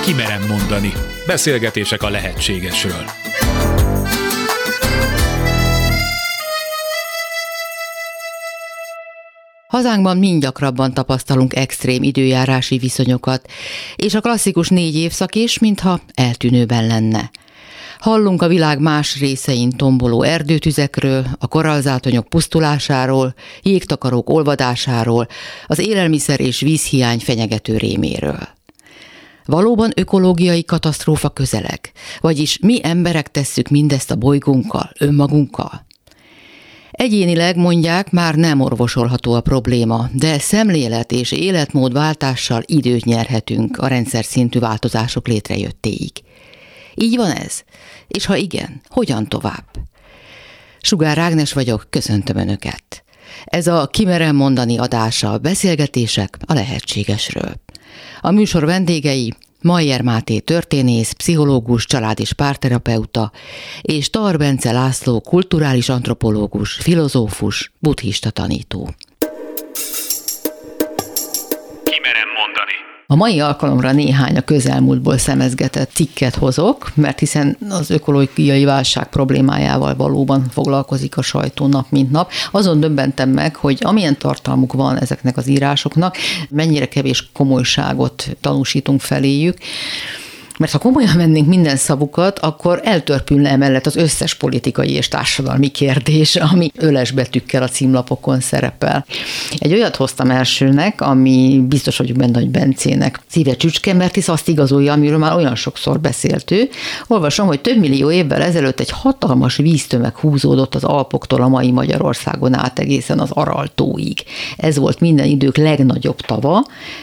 Ki merem mondani. Beszélgetések a lehetségesről. Hazánkban mind gyakrabban tapasztalunk extrém időjárási viszonyokat, és a klasszikus 4 évszak is, mintha eltűnőben lenne. Hallunk a világ más részein tomboló erdőtüzekről, a korallzátonyok pusztulásáról, jégtakarók olvadásáról, az élelmiszer és vízhiány fenyegető réméről. Valóban ökológiai katasztrófa közeleg? Vagyis mi emberek tesszük mindezt a bolygónkkal, önmagunkkal? Egyénileg mondják, már nem orvosolható a probléma, de szemlélet és életmódváltással időt nyerhetünk a rendszer szintű változások létrejöttéig. Így van ez? És ha igen, hogyan tovább? Sugár Ágnes vagyok, köszöntöm Önöket. Ez a Ki merem mondani adása, beszélgetések a lehetségesről. A műsor vendégei Mayer Máté történész, pszichológus, család- és párterapeuta, és Tar Bence László kulturális antropológus, filozófus, buddhista tanító. Ki merem mondani. A mai alkalomra néhány a közelmúltból szemezgetett cikket hozok, mert hiszen az ökológiai válság problémájával valóban foglalkozik a sajtó nap mint nap. Azon döbbentem meg, hogy amilyen tartalmuk van ezeknek az írásoknak, mennyire kevés komolyságot tanúsítunk feléjük. Mert ha komolyan vennénk minden szavukat, akkor eltörpülne emellett az összes politikai és társadalmi kérdés, ami öles betűkkel a címlapokon szerepel. Egy olyat hoztam elsőnek, ami biztos vagyok benne, hogy Bencének szíve csücske, mert hisz azt igazolja, amiről már olyan sokszor beszélt ő. Olvasom, hogy több millió évvel ezelőtt egy hatalmas víztömeg húzódott az Alpoktól a mai Magyarországon át egészen az Aral-tóig. Ez volt minden idők legnagyobb tava,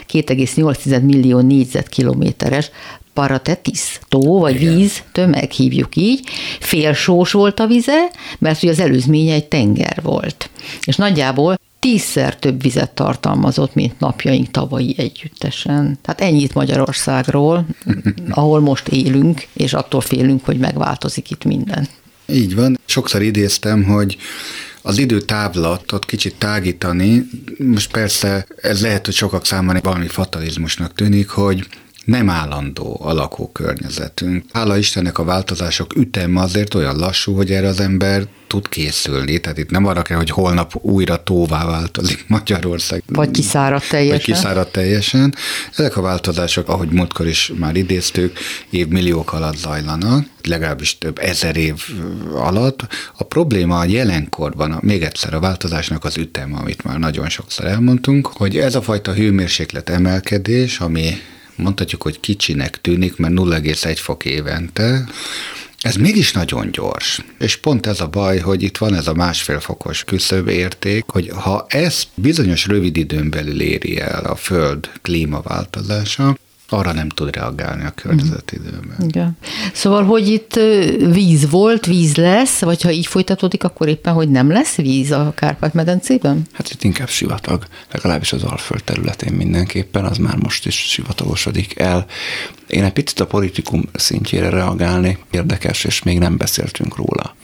2,8 millió négyzetkilométeres Paratetis tó, vagy víz, tömeg hívjuk így, félsós volt a vize, mert ugye az előzménye egy tenger volt. És nagyjából 10-szer több vizet tartalmazott, mint napjaink tavai együttesen. Tehát ennyit Magyarországról, ahol most élünk, és attól félünk, hogy megváltozik itt minden. Így van. Sokszor idéztem, hogy az időtávlatot kicsit tágítani, most persze ez lehet, hogy sokak számára valami fatalizmusnak tűnik, hogy nem állandó a lakókörnyezetünk. Hála Istennek a változások üteme azért olyan lassú, hogy erre az ember tud készülni. Tehát itt nem arra kell, hogy holnap újra tóvá változik Magyarország. Vagy kiszárad teljesen. Ezek a változások, ahogy múltkor is már idéztük, évmilliók alatt zajlanak, legalábbis több ezer év alatt. A probléma a jelenkorban, még egyszer a változásnak az üteme, amit már nagyon sokszor elmondtunk, hogy ez a fajta hőmérséklet emelkedés, ami mondhatjuk, hogy kicsinek tűnik, mert 0,1 fok évente, ez mégis nagyon gyors. És pont ez a baj, hogy itt van ez a 1,5 fokos küszöb érték, hogy ha ezt bizonyos rövid időn belül éri el a Föld klímaváltozása, arra nem tud reagálni a környezetidőben. Igen. Szóval, hogy itt víz volt, víz lesz, vagy ha így folytatódik, akkor éppen, hogy nem lesz víz a Kárpát-medencében? Hát itt inkább sivatag, legalábbis az Alföld területén mindenképpen, az már most is sivatagosodik el. Én egy picit a politikum szintjére reagálni, érdekes, és még nem beszéltünk róla.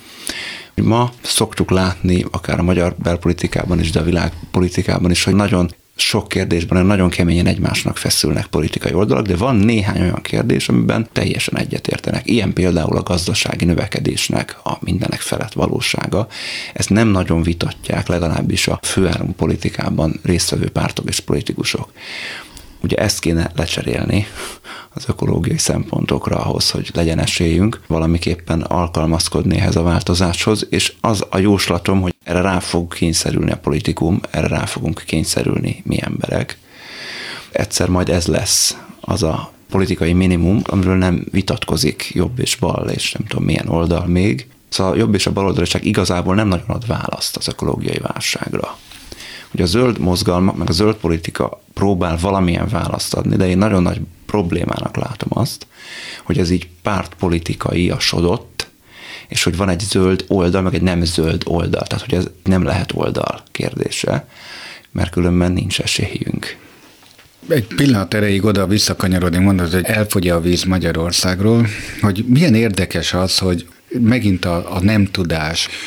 Ma szoktuk látni, akár a magyar belpolitikában is, de a világpolitikában is, hogy nagyon sok kérdésben nagyon keményen egymásnak feszülnek politikai oldalak, de van néhány olyan kérdés, amiben teljesen egyetértenek. Ilyen például a gazdasági növekedésnek a mindenek felett valósága. Ezt nem nagyon vitatják, legalábbis a főáramú politikában résztvevő pártok és politikusok. Ugye ezt kéne lecserélni az ökológiai szempontokra ahhoz, hogy legyen esélyünk valamiképpen alkalmazkodni ehhez a változáshoz, és az a jóslatom, hogy erre rá fog kényszerülni a politikum, erre rá fogunk kényszerülni mi emberek. Egyszer majd ez lesz az a politikai minimum, amiről nem vitatkozik jobb és bal, és nem tudom milyen oldal még. Szóval a jobb és a bal oldalság igazából nem nagyon ad választ az ökológiai válságra. Ugye a zöld mozgalmak, meg a zöld politika próbál valamilyen választ adni, de én nagyon nagy problémának látom azt, hogy ez így pártpolitikaiasodott, és hogy van egy zöld oldal, meg egy nem zöld oldal. Tehát, hogy ez nem lehet oldal kérdése, mert különben nincs esélyünk. Egy pillanat erejéig oda visszakanyarodni, mondod, hogy elfogy a víz Magyarországról, hogy milyen érdekes az, hogy megint a nem tudás,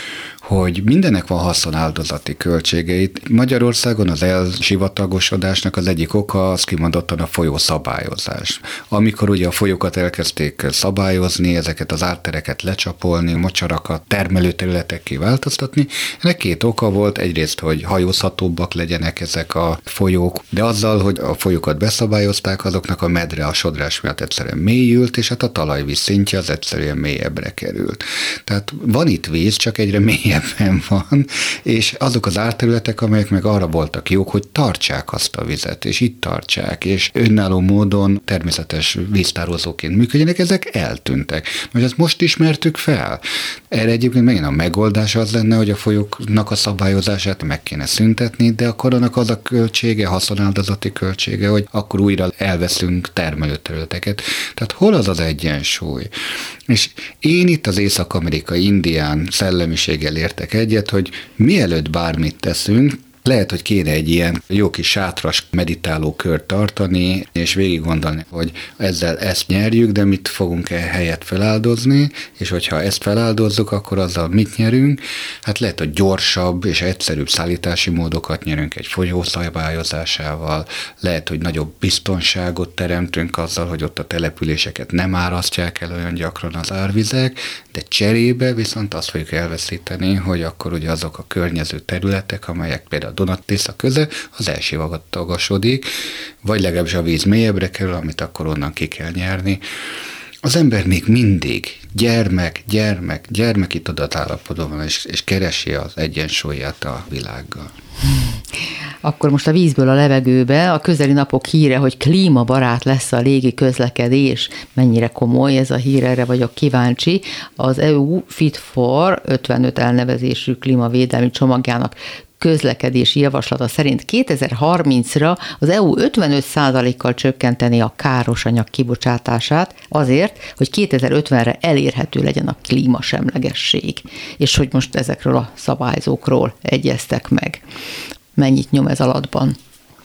hogy mindennek van haszonáldozati költségeit. Magyarországon az elsivatagosodásnak az egyik oka az kimondottan a folyószabályozás. Amikor ugye a folyókat elkezdték szabályozni, ezeket az ártereket lecsapolni, mocsarakat termelőterületekké változtatni, ennek két oka volt, egyrészt, hogy hajózhatóbbak legyenek ezek a folyók, de azzal, hogy a folyókat beszabályozták, azoknak a medre a sodrás miatt egyszerűen mélyült, és hát a talajvíz szintje az egyszerűen mélyebbre került. Tehát van itt víz, csak egyre mélyebben van, és azok az árterületek, amelyek meg arra voltak jók, hogy tartsák azt a vizet, és itt tartsák, és önálló módon természetes víztározóként működjenek, ezek eltűntek. Most ismertük fel. Erre egyébként megint a megoldás az lenne, hogy a folyóknak a szabályozását meg kéne szüntetni, de akkor annak az a költsége, haszonáldozati költsége, hogy akkor újra elveszünk termelőterületeket. Tehát hol az az egyensúly? És én itt az észak-amerikai indián szellemiséggel értek egyet, hogy mielőtt bármit teszünk, lehet, hogy kéne egy ilyen jó kis sátras meditáló kört tartani, és végig gondolni, hogy ezzel ezt nyerjük, de mit fogunk helyet feláldozni, és hogyha ezt feláldozzuk, akkor azzal mit nyerünk? Hát lehet, hogy gyorsabb és egyszerűbb szállítási módokat nyerünk egy folyó szabályozásával, lehet, hogy nagyobb biztonságot teremtünk azzal, hogy ott a településeket nem árasztják el olyan gyakran az árvizek, de cserébe viszont azt fogjuk elveszíteni, hogy akkor ugye azok a környező területek, amelyek például Duna-Tisza köze, az elsivatagasodik, vagy legalábbis a víz mélyebbre kerül, amit akkor onnan ki kell nyerni. Az ember még mindig gyermeki tudatállapotban van, és keresi az egyensúlyát a világgal. Akkor most a vízből a levegőbe, a közeli napok híre, hogy klímabarát lesz a légi közlekedés. Mennyire komoly ez a hír, erre vagyok kíváncsi. Az EU Fit for 55 elnevezésű klímavédelmi csomagjának közlekedési javaslata szerint 2030-ra az EU 55%-kal csökkenteni a károsanyag kibocsátását azért, hogy 2050-re elérhető legyen a klímasemlegesség. És hogy most ezekről a szabályzókról egyeztek meg. Mennyit nyom ez alatban?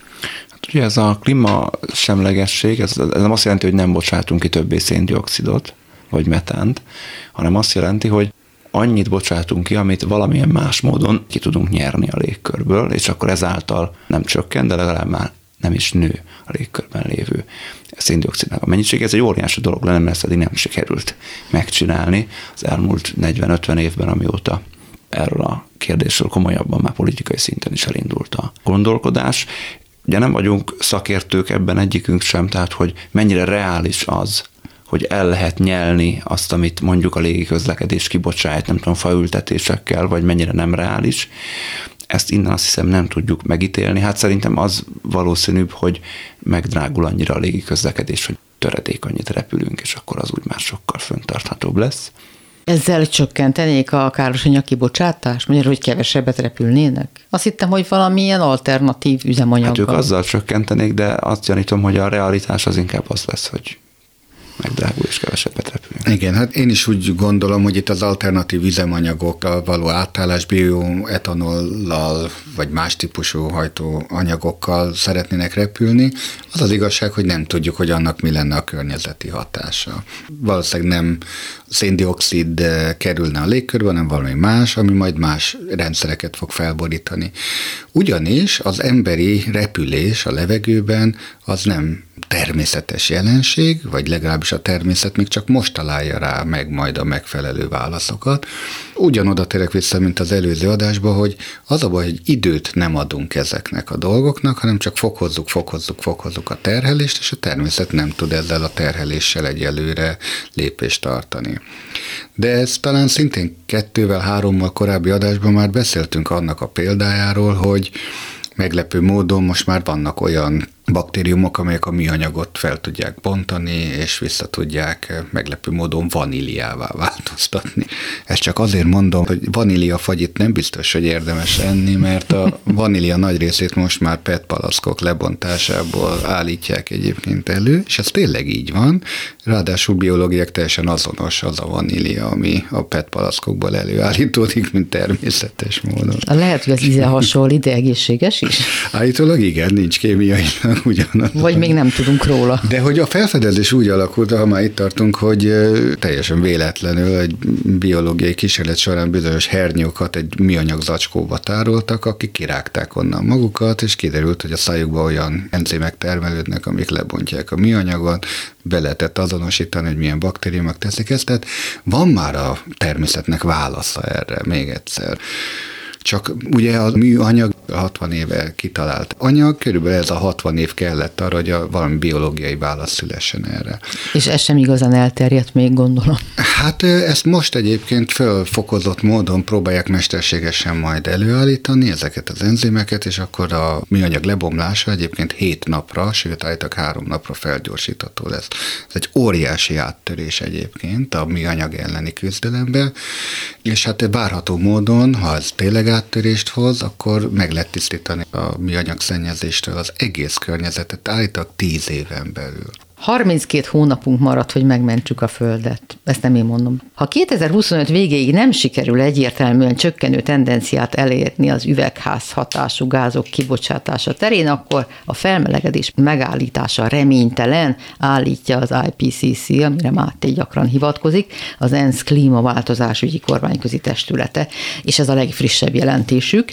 Hát ugye ez a klímasemlegesség, ez nem azt jelenti, hogy nem bocsátunk ki többé széndioxidot, vagy metánt, hanem azt jelenti, hogy annyit bocsátunk ki, amit valamilyen más módon ki tudunk nyerni a légkörből, és akkor ezáltal nem csökken, de legalább már nem is nő a légkörben lévő széndioxidnak a mennyiség. Ez egy óriási dolog lenne, mert ezt eddig nem sikerült megcsinálni az elmúlt 40-50 évben, amióta erről a kérdésről komolyabban már politikai szinten is elindult a gondolkodás. Ugye nem vagyunk szakértők ebben egyikünk sem, tehát hogy mennyire reális az, hogy el lehet nyelni azt, amit mondjuk a légiközlekedés kibocsát, nem tudom, faültetésekkel, vagy mennyire nem reális. Ezt innen azt hiszem nem tudjuk megítélni. Hát szerintem az valószínűbb, hogy megdrágul annyira a légiközlekedés, hogy töredék annyit repülünk, és akkor az úgy már sokkal fenntarthatóbb lesz. Ezzel csökkentenék a károsanyag kibocsátást? Magyarul, hogy kevesebbet repülnének? Azt hittem, hogy valamilyen alternatív üzemanyaggal. Hát ők azzal csökkentenék, de azt gyanítom, hogy a realitás az inkább az lesz, hogy megdrágul és kevesebbet repülünk. Igen, hát én is úgy gondolom, hogy itt az alternatív üzemanyagokkal való átállás bioetanollal vagy más típusú hajtóanyagokkal szeretnének repülni. Az az igazság, hogy nem tudjuk, hogy annak mi lenne a környezeti hatása. Valószínűleg nem széndioxid kerülne a légkörbe, hanem valami más, ami majd más rendszereket fog felborítani. Ugyanis az emberi repülés a levegőben az nem természetes jelenség, vagy legalábbis a természet még csak most találja rá meg majd a megfelelő válaszokat. Ugyanoda térek vissza, mint az előző adásban, hogy az a baj, hogy időt nem adunk ezeknek a dolgoknak, hanem csak fokozzuk a terhelést, és a természet nem tud ezzel a terheléssel egyelőre lépést tartani. De ez talán szintén 2-3 korábbi adásban már beszéltünk annak a példájáról, hogy meglepő módon most már vannak olyan baktériumok, amelyek a műanyagot fel tudják bontani, és vissza tudják meglepő módon vaníliává változtatni. Ezt csak azért mondom, hogy vaníliafagyit nem biztos, hogy érdemes enni, mert a vanília nagy részét most már PET palackok lebontásából állítják egyébként elő, és ez tényleg így van. Ráadásul biológiák teljesen azonos az a vanília, ami a PET palackokból előállítódik, mint természetes módon. Lehet, hogy az íze hasonlít, de egészséges is? Állítólag igen, nincs kémiailag ugyanaz. Vagy még nem tudunk róla. De hogy a felfedezés úgy alakult, ha már itt tartunk, hogy teljesen véletlenül egy biológiai kísérlet során bizonyos hernyókat egy műanyag zacskóba tároltak, akik kirágták onnan magukat, és kiderült, hogy a szájukban olyan enzimek termelődnek, amik lebontják a műanyagot, be lehetett azonosítani, hogy milyen baktériumok teszik ezt, tehát van már a természetnek válasza erre, még egyszer. Csak ugye a műanyag 60 éve kitalált anyag, körülbelül ez a 60 év kellett arra, hogy valami biológiai válasz szülessen erre. És ez sem igazán elterjedt még, gondolom. Hát ezt most egyébként fölfokozott módon próbálják mesterségesen majd előállítani ezeket az enzimeket, és akkor a műanyag lebomlása egyébként 7 napra, sőt állítak 3 napra felgyorsítható lesz. Ez egy óriási áttörés egyébként a műanyag elleni küzdelemben, és hát várható módon, ha ez tényleg áttörést hoz, akkor meg lehet tisztítani a műanyag szennyezéstől az egész környezetet, állítólag 10 éven belül. 32 hónapunk maradt, hogy megmentsük a Földet. Ezt nem én mondom. Ha 2025 végéig nem sikerül egyértelműen csökkenő tendenciát elérni az üvegházhatású gázok kibocsátása terén, akkor a felmelegedés megállítása reménytelen, állítja az IPCC, amire Máté gyakran hivatkozik, az ENSZ klímaváltozásügyi kormányközi testülete, és ez a legfrissebb jelentésük.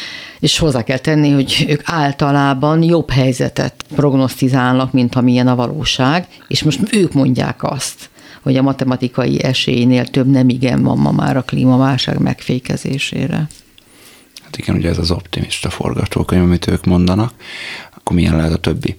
És hozzá kell tenni, hogy ők általában jobb helyzetet prognosztizálnak, mint amilyen a valóság, és most ők mondják azt, hogy a matematikai esélynél több nem igen van ma már a klímaválság megfékezésére. Hát igen, ugye ez az optimista forgatókönyv, amit ők mondanak, akkor milyen lehet a többi?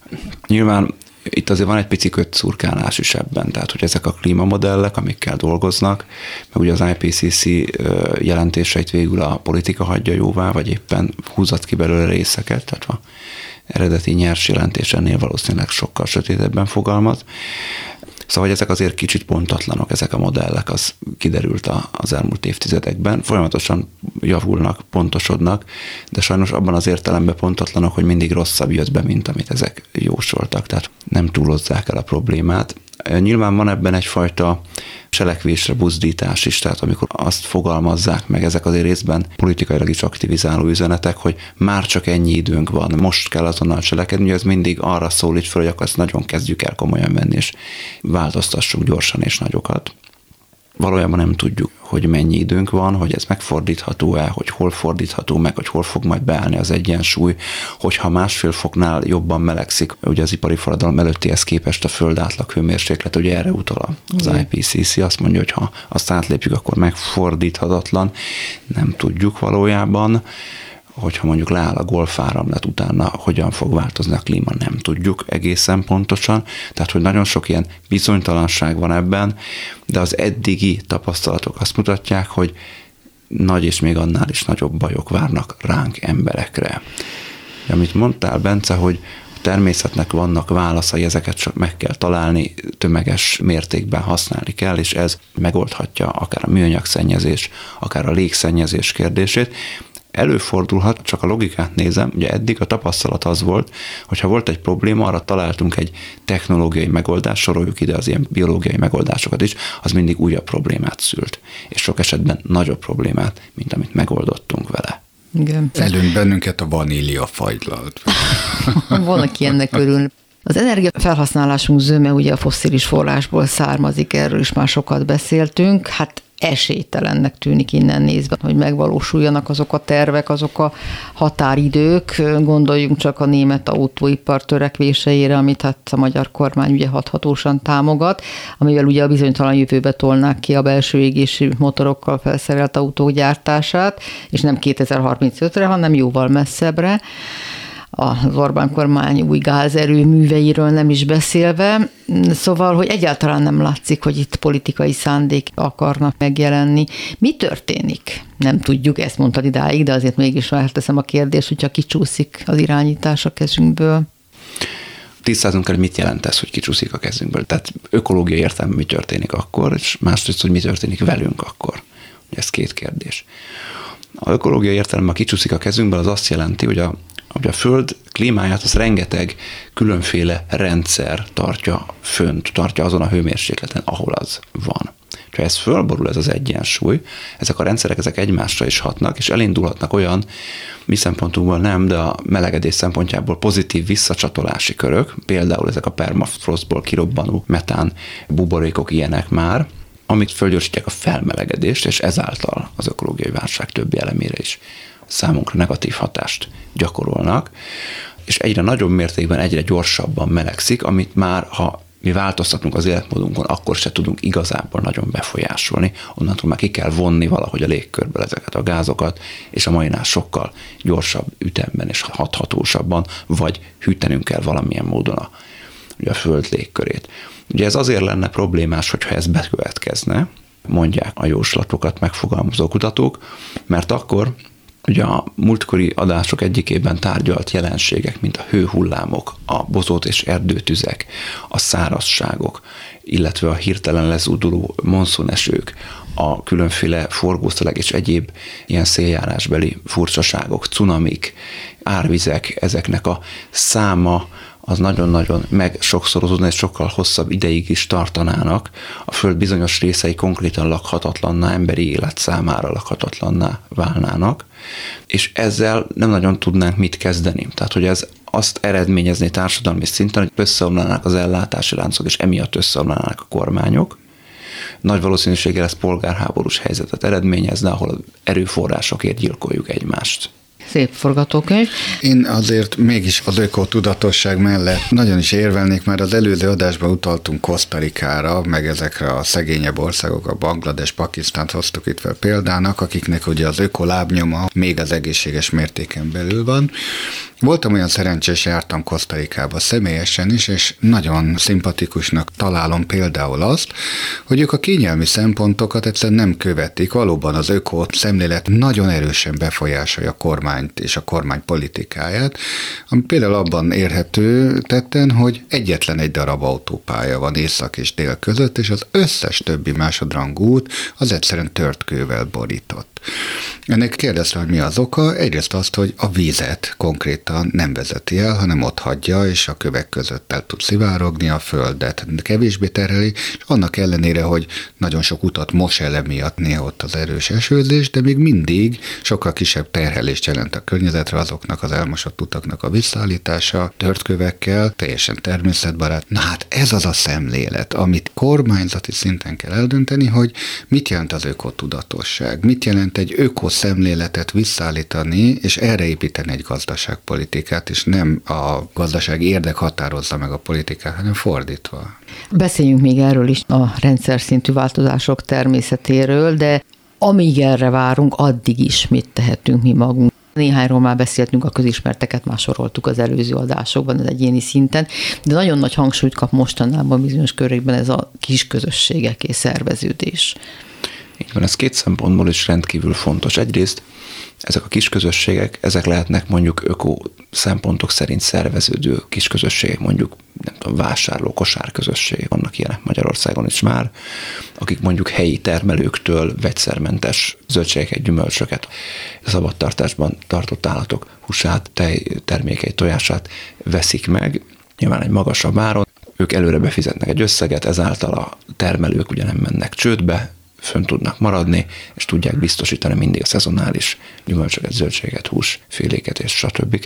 Nyilván itt azért van egy pici kötszurkálás is ebben, tehát hogy ezek a klímamodellek, amikkel dolgoznak, meg ugye az IPCC jelentéseit végül a politika hagyja jóvá, vagy éppen húzat ki belőle részeket, tehát a eredeti nyers jelentés ennél valószínűleg sokkal sötétebben fogalmaz. Szóval, hogy ezek azért kicsit pontatlanok, ezek a modellek, az kiderült az elmúlt évtizedekben. Folyamatosan javulnak, pontosodnak, de sajnos abban az értelemben pontatlanok, hogy mindig rosszabb jött be, mint amit ezek jósoltak. Tehát nem túlozzák el a problémát. Nyilván van ebben egyfajta cselekvésre buzdítás is, tehát amikor azt fogalmazzák meg, ezek azért részben politikailag is aktivizáló üzenetek, hogy már csak ennyi időnk van, most kell azonnal cselekedni, hogy ez mindig arra szólít fel, hogy akkor ezt nagyon kezdjük el komolyan venni, és változtassunk gyorsan és nagyokat. Valójában nem tudjuk, hogy mennyi időnk van, hogy ez megfordítható-e, hogy hol fordítható meg, hogy hol fog majd beállni az egyensúly, hogyha 1,5 foknál jobban melegszik, ugye az ipari forradalom előttihez képest a föld átlag hőmérséklet, ugye erre utal az IPCC, azt mondja, hogy ha azt átlépjük, akkor megfordíthatatlan, nem tudjuk valójában. Hogyha mondjuk leáll a golfáramlat, utána hogyan fog változni a klíma, nem tudjuk egészen pontosan. Tehát, hogy nagyon sok ilyen bizonytalanság van ebben, de az eddigi tapasztalatok azt mutatják, hogy nagy és még annál is nagyobb bajok várnak ránk emberekre. Amit mondtál, Bence, hogy a természetnek vannak válaszai, ezeket csak meg kell találni, tömeges mértékben használni kell, és ez megoldhatja akár a műanyagszennyezés, akár a légszennyezés kérdését. Előfordulhat, csak a logikát nézem, ugye eddig a tapasztalat az volt, hogyha volt egy probléma, arra találtunk egy technológiai megoldást, soroljuk ide az ilyen biológiai megoldásokat is, az mindig újabb problémát szült, és sok esetben nagyobb problémát, mint amit megoldottunk vele. Igen. Előtt bennünket a vanília fagylalt. Van, aki ennek örül. Az energiafelhasználásunk zöme ugye a fosszilis forrásból származik, erről is már sokat beszéltünk, hát esélytelennek tűnik innen nézve, hogy megvalósuljanak azok a tervek, azok a határidők. Gondoljunk csak a német autóipar törekvéseire, amit hát a magyar kormány ugye hathatósan támogat, amivel ugye a bizonytalan jövőbe tolnák ki a belső égésű motorokkal felszerelt autók gyártását, és nem 2035-re, hanem jóval messzebbre. Az Orbán kormány új gázerőműveiről nem is beszélve, szóval, hogy egyáltalán nem látszik, hogy itt politikai szándék akarnak megjelenni. Mi történik? Nem tudjuk, ezt mondtad idáig, de azért mégis felteszem a kérdést, hogyha kicsúszik az irányítás a kezünkből. Tisztázunk el, mit jelent ez, hogy kicsúszik a kezünkből. Tehát ökológiai értelemben mi történik akkor, és másrészt, hogy mi történik velünk akkor. Ez 2 kérdés. A ökológiai értelemben kicsúszik a kezünkből, az azt jelenti, hogy a Föld klímáját az rengeteg különféle rendszer tartja fönt, tartja azon a hőmérsékleten, ahol az van. Ha ez fölborul, ez az egyensúly, ezek a rendszerek ezek egymásra is hatnak, és elindulhatnak olyan, mi szempontunkból nem, de a melegedés szempontjából pozitív visszacsatolási körök, például ezek a permafrostból kirobbanó metán buborékok ilyenek már, amik fölgyorsítják a felmelegedést, és ezáltal az ökológiai válság többi elemére is számunkra negatív hatást gyakorolnak, és egyre nagyobb mértékben, egyre gyorsabban melegszik, amit már, ha mi változtatunk az életmódunkon, akkor se tudunk igazából nagyon befolyásolni. Onnantól már ki kell vonni valahogy a légkörből ezeket a gázokat, és a mainál sokkal gyorsabb ütemben és hathatósabban, vagy hűtenünk kell valamilyen módon a Föld légkörét. Ugye ez azért lenne problémás, hogyha ez bekövetkezne, mondják a jóslatokat megfogalmazó kutatók, mert akkor ugye a múltkori adások egyikében tárgyalt jelenségek, mint a hőhullámok, a bozót és erdőtüzek, a szárazságok, illetve a hirtelen lezúduló monszunesők, a különféle forgószeleg és egyéb ilyen széljárásbeli furcsaságok, cunamik, árvizek, ezeknek a száma az nagyon-nagyon megsokszorozódna, és sokkal hosszabb ideig is tartanának. A Föld bizonyos részei konkrétan lakhatatlanná, emberi élet számára lakhatatlanná válnának, és ezzel nem nagyon tudnánk mit kezdeni. Tehát, hogy ez azt eredményezni társadalmi szinten, hogy összeomlanának az ellátási láncok, és emiatt összeomlanának a kormányok. Nagy valószínűséggel ez polgárháborús helyzetet eredményezne, ahol erőforrásokért gyilkoljuk egymást. Szép forgatókönyv. Én azért mégis az ökotudatosság mellett nagyon is érvelnék, mert az előző adásban utaltunk Kosztarikára, meg ezekre a szegényebb országok, a Banglades, Pakisztánt hoztuk itt fel példának, akiknek ugye az ökolábnyoma még az egészséges mértéken belül van. Voltam olyan szerencsés, jártam Kosztarikába személyesen is, és nagyon szimpatikusnak találom például azt, hogy ők a kényelmi szempontokat egyszerűen nem követik. Valóban az öko szemlélet nagyon erősen befolyásolja a kormányt és a kormány politikáját, ami például abban érhető tetten, hogy egyetlen egy darab autópálya van észak és dél között, és az összes többi másodrangú út az egyszerűen tört kővel borított. Ennek kérdezte, hogy mi az oka. Egyrészt azt, hogy a vízet konkrétan nem vezeti el, hanem ott hagyja, és a kövek között el tud szivárogni, a földet kevésbé terheli, és annak ellenére, hogy nagyon sok utat mos el miatt néha ott az erős esőzés, de még mindig sokkal kisebb terhelést jelent a környezetre azoknak az elmosott utaknak a visszaállítása, tört kövekkel, teljesen természetbarát. Na hát ez az a szemlélet, amit kormányzati szinten kell eldönteni, hogy mit jelent az ökotudatosság, mit jelent egy ökoszemléletet visszaállítani, és erre építeni egy gazdaságpolitikát, és nem a gazdasági érdek határozza meg a politikát, hanem fordítva. Beszéljünk még erről is, a rendszer szintű változások természetéről, de amíg erre várunk, addig is mit tehetünk mi magunk. Néhányról már beszéltünk, a közismerteket már soroltuk az előző adásokban, az egyéni szinten, de nagyon nagy hangsúlyt kap mostanában bizonyos körökben ez a kis közösségeké szerveződés. Így van, ez két szempontból is rendkívül fontos. Egyrészt ezek a kisközösségek, ezek lehetnek mondjuk öko szempontok szerint szerveződő kisközösségek, mondjuk nem tudom, vásárló, kosárközösségek, vannak ilyenek Magyarországon is már, akik mondjuk helyi termelőktől vegyszermentes zöldségeket, gyümölcsöket, szabadtartásban tartott állatok húsát, tejtermékeit, tojását veszik meg, nyilván egy magasabb áron. Ők előre befizetnek egy összeget, ezáltal a termelők ugye nem mennek csődbe, fönn tudnak maradni, és tudják biztosítani mindig a szezonális gyümölcsöket, zöldséget, húsféléket és stb.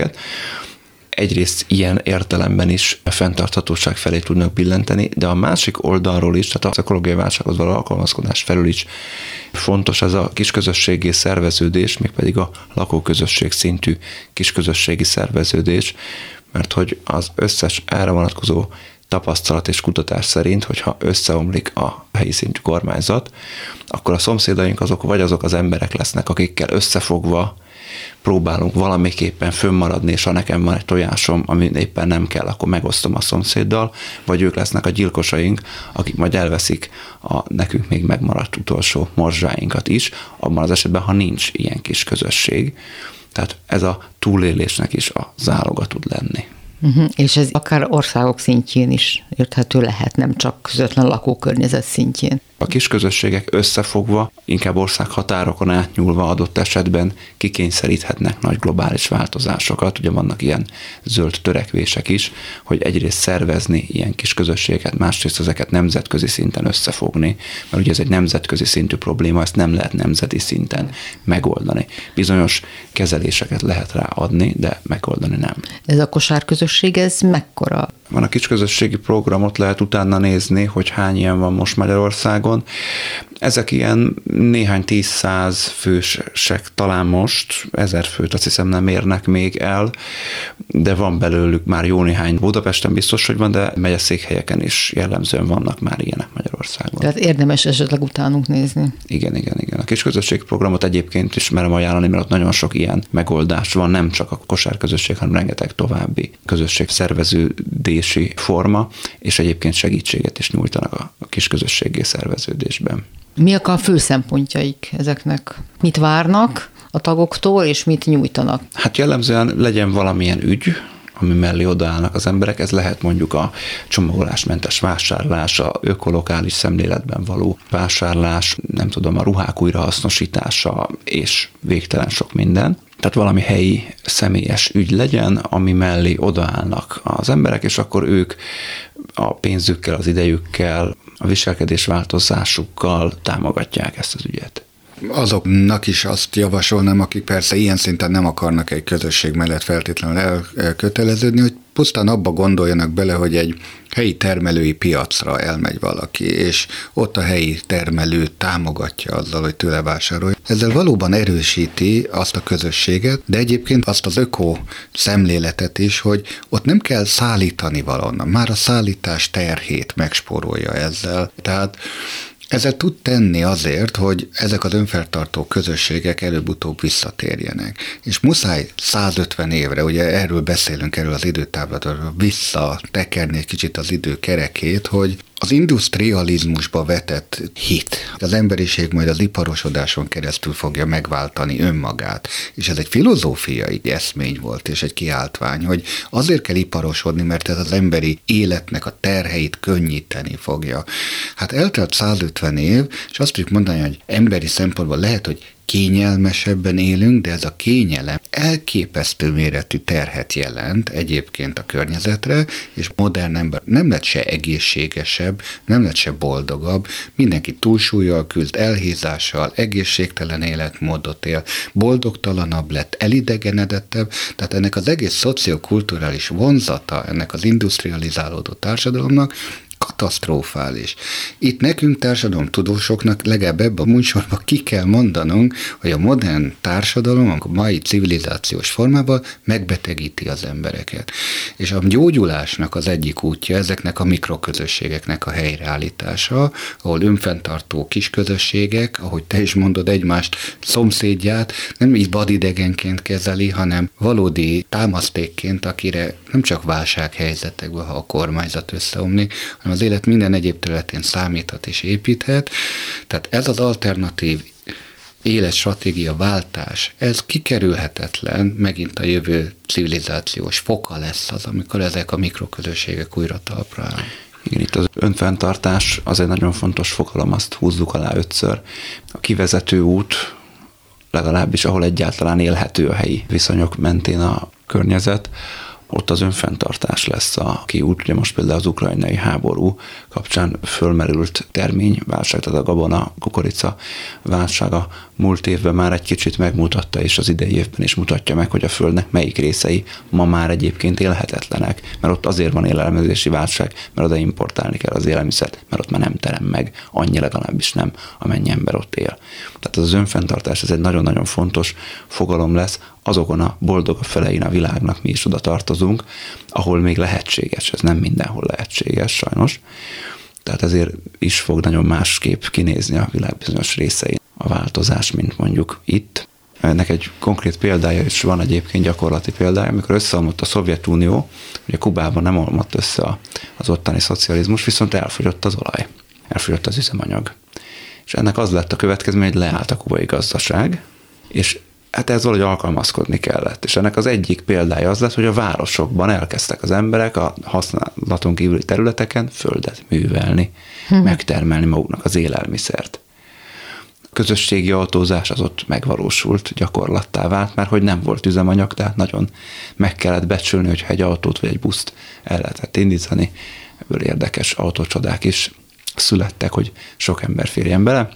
Egyrészt ilyen értelemben is a fenntarthatóság felé tudnak billenteni, de a másik oldalról is, tehát az ökológiai válsághoz való alkalmazkodás felül is fontos ez a kisközösségi szerveződés, mégpedig a lakóközösség szintű kisközösségi szerveződés, mert hogy az összes erre vonatkozó tapasztalat és kutatás szerint, hogyha összeomlik a helyi szintű kormányzat, akkor a szomszédaink azok az emberek lesznek, akikkel összefogva próbálunk valamiképpen fönnmaradni, és ha nekem van egy tojásom, ami éppen nem kell, akkor megosztom a szomszéddal, vagy ők lesznek a gyilkosaink, akik majd elveszik a nekünk még megmaradt utolsó morzsáinkat is, abban az esetben, ha nincs ilyen kis közösség. Tehát ez a túlélésnek is a záloga tud lenni. És ez akár országok szintjén is érthető lehet, nem csak közvetlen lakókörnyezet szintjén. A kisközösségek összefogva, inkább országhatárokon átnyúlva adott esetben kikényszeríthetnek nagy globális változásokat. Ugye vannak ilyen zöld törekvések is, hogy egyrészt szervezni ilyen kisközösségeket, másrészt ezeket nemzetközi szinten összefogni, mert ugye ez egy nemzetközi szintű probléma, ezt nem lehet nemzeti szinten megoldani. Bizonyos kezeléseket lehet rá adni, de megoldani nem. Ez a kosárközösség, ez mekkora? Van a kisközösségi programot, lehet utána nézni, hogy hány ilyen van most Magyarországon. Ezek ilyen néhány 10-100 fősek, talán most 1000 főt azt hiszem nem érnek még el, de van belőlük már jó néhány. Budapesten biztos, hogy van, de megyeszékhelyeken is jellemzően vannak már ilyenek Magyarországon. Tehát érdemes esetleg utánunk nézni. Igen. A kisközösségi programot egyébként is merem ajánlani, mert ott nagyon sok ilyen megoldás van, nem csak a kosárközösség, hanem rengeteg további közösségszerveződési forma, és egyébként segítséget is nyújtanak a kisközösségi szerveződésben. Mi a fő szempontjaik ezeknek? Mit várnak a tagoktól, és mit nyújtanak? Hát jellemzően legyen valamilyen ügy, ami mellé odaállnak az emberek. Ez lehet mondjuk a csomagolásmentes vásárlás, a ökolokális szemléletben való vásárlás, nem tudom, a ruhák újrahasznosítása, és végtelen sok minden. Tehát valami helyi, személyes ügy legyen, ami mellé odaállnak az emberek, és akkor ők a pénzükkel, az idejükkel, a viselkedésváltozásukkal támogatják ezt az ügyet. Azoknak is azt javasolnám, akik persze ilyen szinten nem akarnak egy közösség mellett feltétlenül elköteleződni, hogy pusztán abba gondoljanak bele, hogy egy helyi termelői piacra elmegy valaki, és ott a helyi termelő támogatja azzal, hogy tőle vásárolj. Ezzel valóban erősíti azt a közösséget, de egyébként azt az öko szemléletet is, hogy ott nem kell szállítani valahonnan. Már a szállítás terhét megspórolja ezzel. Tehát ezzel tud tenni azért, hogy ezek az önfenntartó közösségek előbb-utóbb visszatérjenek. És muszáj 150 évre, ugye erről beszélünk, erről az időtáblatról, visszatekerni egy kicsit az idő kerekét, hogy az industrializmusba vetett hit, az emberiség majd az iparosodáson keresztül fogja megváltani önmagát. És ez egy filozófiai eszmény volt, és egy kiáltvány, hogy azért kell iparosodni, mert ez az emberi életnek a terheit könnyíteni fogja. Hát eltelt 150 év, és azt tudjuk mondani, hogy emberi szempontból lehet, hogy kényelmesebben élünk, de ez a kényelem elképesztő méretű terhet jelent egyébként a környezetre, és modern ember nem lett se egészségesebb, nem lett se boldogabb, mindenki túlsúllyal küzd, elhízással, egészségtelen életmódot él, boldogtalanabb lett, elidegenedettebb, tehát ennek az egész szociokulturális vonzata, ennek az industrializálódó társadalomnak katasztrofális. Itt nekünk társadalomtudósoknak legalább ebben a műsorban ki kell mondanunk, hogy a modern társadalom a mai civilizációs formában megbetegíti az embereket. És a gyógyulásnak az egyik útja ezeknek a mikroközösségeknek a helyreállítása, ahol önfenntartó kisközösségek, ahogy te is mondod, egymást szomszédját nem így vadidegenként kezeli, hanem valódi támasztékként, akire nem csak válsághelyzetekben, ha a kormányzat összeomlik, hanem az élet minden egyéb területén számíthat és építhet. Tehát ez az alternatív életstratégia váltás, ez kikerülhetetlen, megint a jövő civilizációs foka lesz az, amikor ezek a mikroközösségek újra talpra áll. Igen, itt az önfenntartás az egy nagyon fontos fogalom, azt húzzuk alá 5-ször. A kivezető út, legalábbis ahol egyáltalán élhető a helyi viszonyok mentén a környezet, ott az önfenntartás lesz a kiút. Ugye most például az ukrajnai háború kapcsán fölmerült terményválság, tehát a gabona, kukorica válsága múlt évben már egy kicsit megmutatta, és az idei évben is mutatja meg, hogy a földnek melyik részei ma már egyébként élhetetlenek, mert ott azért van élelmezési válság, mert oda importálni kell az élelmiszert, mert ott már nem terem meg, annyi legalábbis nem, amennyi ember ott él. Tehát az önfenntartás, ez egy nagyon-nagyon fontos fogalom lesz, azokon a boldogabb felein a világnak mi is oda tartozunk, ahol még lehetséges, ez nem mindenhol lehetséges sajnos, tehát ezért is fog nagyon másképp kinézni a világ bizonyos részein a változás, mint mondjuk itt. Ennek egy konkrét példája is van, egyébként gyakorlati példája, amikor összeomlott a Szovjetunió, ugye Kubában nem omlott össze az ottani szocializmus, viszont elfogyott az olaj, elfogyott az üzemanyag. És ennek az lett a következmény, hogy leállt a kubai gazdaság, és hát ez valahogy alkalmazkodni kellett. És ennek az egyik példája az lett, hogy a városokban elkezdtek az emberek a használaton kívüli területeken földet művelni, megtermelni maguknak az élelmiszert. A közösségi autózás az ott megvalósult, gyakorlattá vált, mert hogy nem volt üzemanyag, tehát nagyon meg kellett becsülni, hogyha egy autót vagy egy buszt el lehetett indítani. Ebből érdekes autócsodák is születtek, hogy sok ember férjen bele.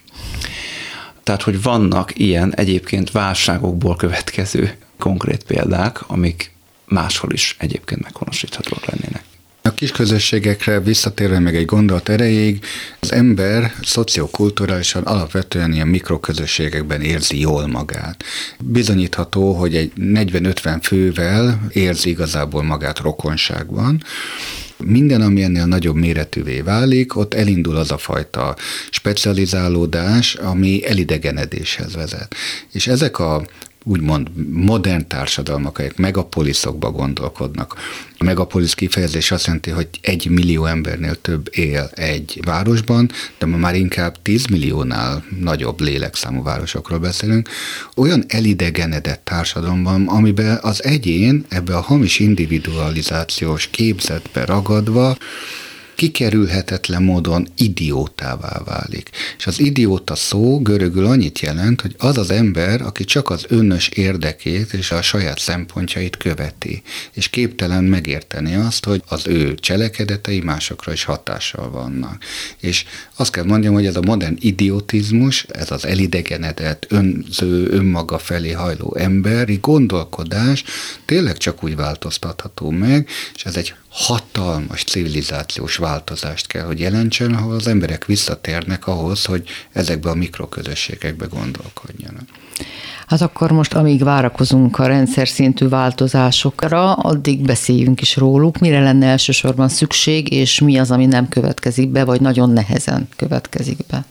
Tehát, hogy vannak ilyen egyébként válságokból következő konkrét példák, amik máshol is egyébként meghonosíthatók lennének. A kis közösségekre visszatérve meg egy gondolat erejéig, az ember szociokulturálisan alapvetően ilyen mikroközösségekben érzi jól magát. Bizonyítható, hogy egy 40-50 fővel érzi igazából magát rokonságban. Minden, ami ennél nagyobb méretűvé válik, ott elindul az a fajta specializálódás, ami elidegenedéshez vezet. És ezek a úgymond modern társadalmak, amelyek megapoliszokba gondolkodnak. A megapolisz kifejezés azt jelenti, hogy 1 millió embernél több él egy városban, de ma már inkább 10 milliónál nagyobb lélekszámú városokról beszélünk. Olyan elidegenedett társadalomban, amiben az egyén ebbe a hamis individualizációs képzetbe ragadva kikerülhetetlen módon idiótává válik. És az idióta szó görögül annyit jelent, hogy az az ember, aki csak az önös érdekét és a saját szempontjait követi, és képtelen megérteni azt, hogy az ő cselekedetei másokra is hatással vannak. És azt kell mondjam, hogy ez a modern idiotizmus, ez az elidegenedett, önző, önmaga felé hajló emberi gondolkodás tényleg csak úgy változtatható meg, és ez egy hatalmas civilizációs változást kell, hogy jelentsen, ahol az emberek visszatérnek ahhoz, hogy ezekbe a mikroközösségekbe gondolkodjanak. Hát akkor most, amíg várakozunk a rendszer szintű változásokra, addig beszéljünk is róluk, mire lenne elsősorban szükség, és mi az, ami nem következik be, vagy nagyon nehezen következik be.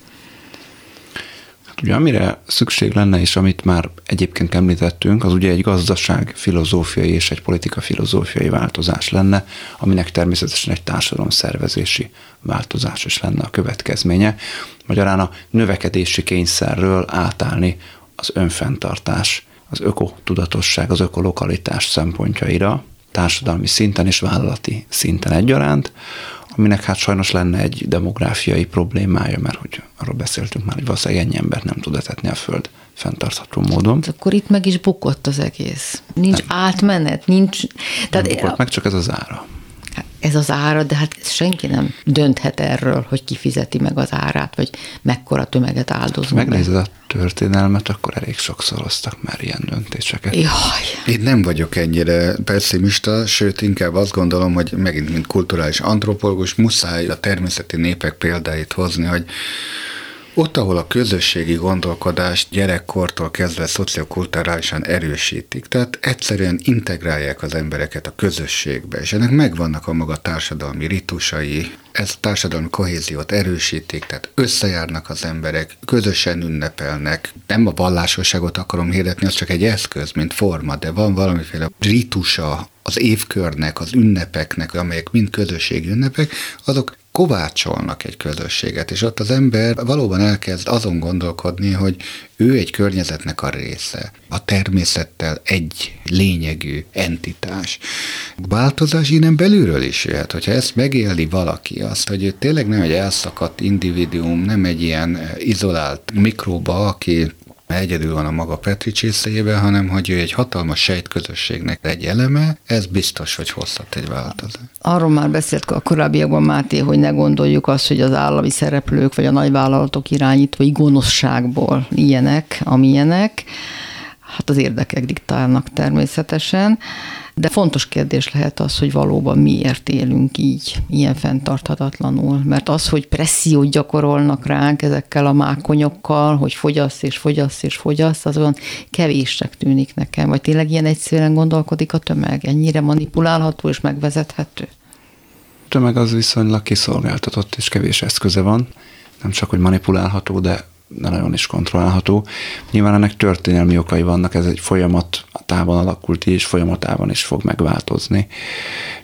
Ugye amire szükség lenne, és amit már egyébként említettünk, az ugye egy gazdaság filozófiai és egy politika filozófiai változás lenne, aminek természetesen egy társadalomszervezési változás is lenne a következménye. Magyarán a növekedési kényszerről átállni az önfenntartás, az ökotudatosság, az ökolokalitás szempontjaira, társadalmi szinten és vállalati szinten egyaránt, aminek hát sajnos lenne egy demográfiai problémája, mert hogy arról beszéltünk már, hogy valószínűleg ennyi embert nem tud etetni a föld fenntartható módon. Akkor itt meg is bukott az egész. Nincs nem. Átmenet, nincs... Tehát nem bukott meg, csak ez az ára. Ez az ára, de hát senki nem dönthet erről, hogy ki fizeti meg az árát, vagy mekkora tömeget áldozunk. Ha megnézed a történelmet, akkor elég sokszor hoztak már ilyen döntéseket. Jaj. Én nem vagyok ennyire pessimista, sőt inkább azt gondolom, hogy megint mint kulturális antropológus muszáj a természeti népek példáit hozni, hogy ott, ahol a közösségi gondolkodást gyerekkortól kezdve szociokulturálisan erősítik, tehát egyszerűen integrálják az embereket a közösségbe, és ennek megvannak a maga társadalmi ritusai, ezt a társadalmi kohéziót erősítik, tehát összejárnak az emberek, közösen ünnepelnek. Nem a vallásosságot akarom hirdetni, az csak egy eszköz, mint forma, de van valamiféle ritusa az évkörnek, az ünnepeknek, amelyek mind közösségi ünnepek, azok kovácsolnak egy közösséget, és ott az ember valóban elkezd azon gondolkodni, hogy ő egy környezetnek a része, a természettel egy lényegű entitás. Változás innen belülről is jöhet, hogyha ezt megéli valaki, azt, hogy ő tényleg nem egy elszakadt individuum, nem egy ilyen izolált mikróba, aki egyedül van a maga Petri csészéjében, hanem hogy ő egy hatalmas sejtközösségnek egy eleme, ez biztos, hogy hozhat egy változást. Arról már beszélt a korábbiakban Máté, hogy ne gondoljuk azt, hogy az állami szereplők vagy a nagyvállalatok irányítói gonoszságból ilyenek, amilyenek. Hát az érdekek diktálnak természetesen, de fontos kérdés lehet az, hogy valóban miért élünk így, ilyen fenntarthatatlanul. Mert az, hogy pressziót gyakorolnak ránk ezekkel a mákonyokkal, hogy fogyasz és fogyasz és fogyasz, az olyan kevésnek tűnik nekem. Vagy tényleg ilyen egyszerűen gondolkodik a tömeg? Ennyire manipulálható és megvezethető? A tömeg az viszonylag kiszolgáltatott és kevés eszköze van. Nem csak, hogy manipulálható, de nagyon is kontrollálható. Nyilván ennek történelmi okai vannak, ez egy folyamatában alakult és folyamatában is fog megváltozni.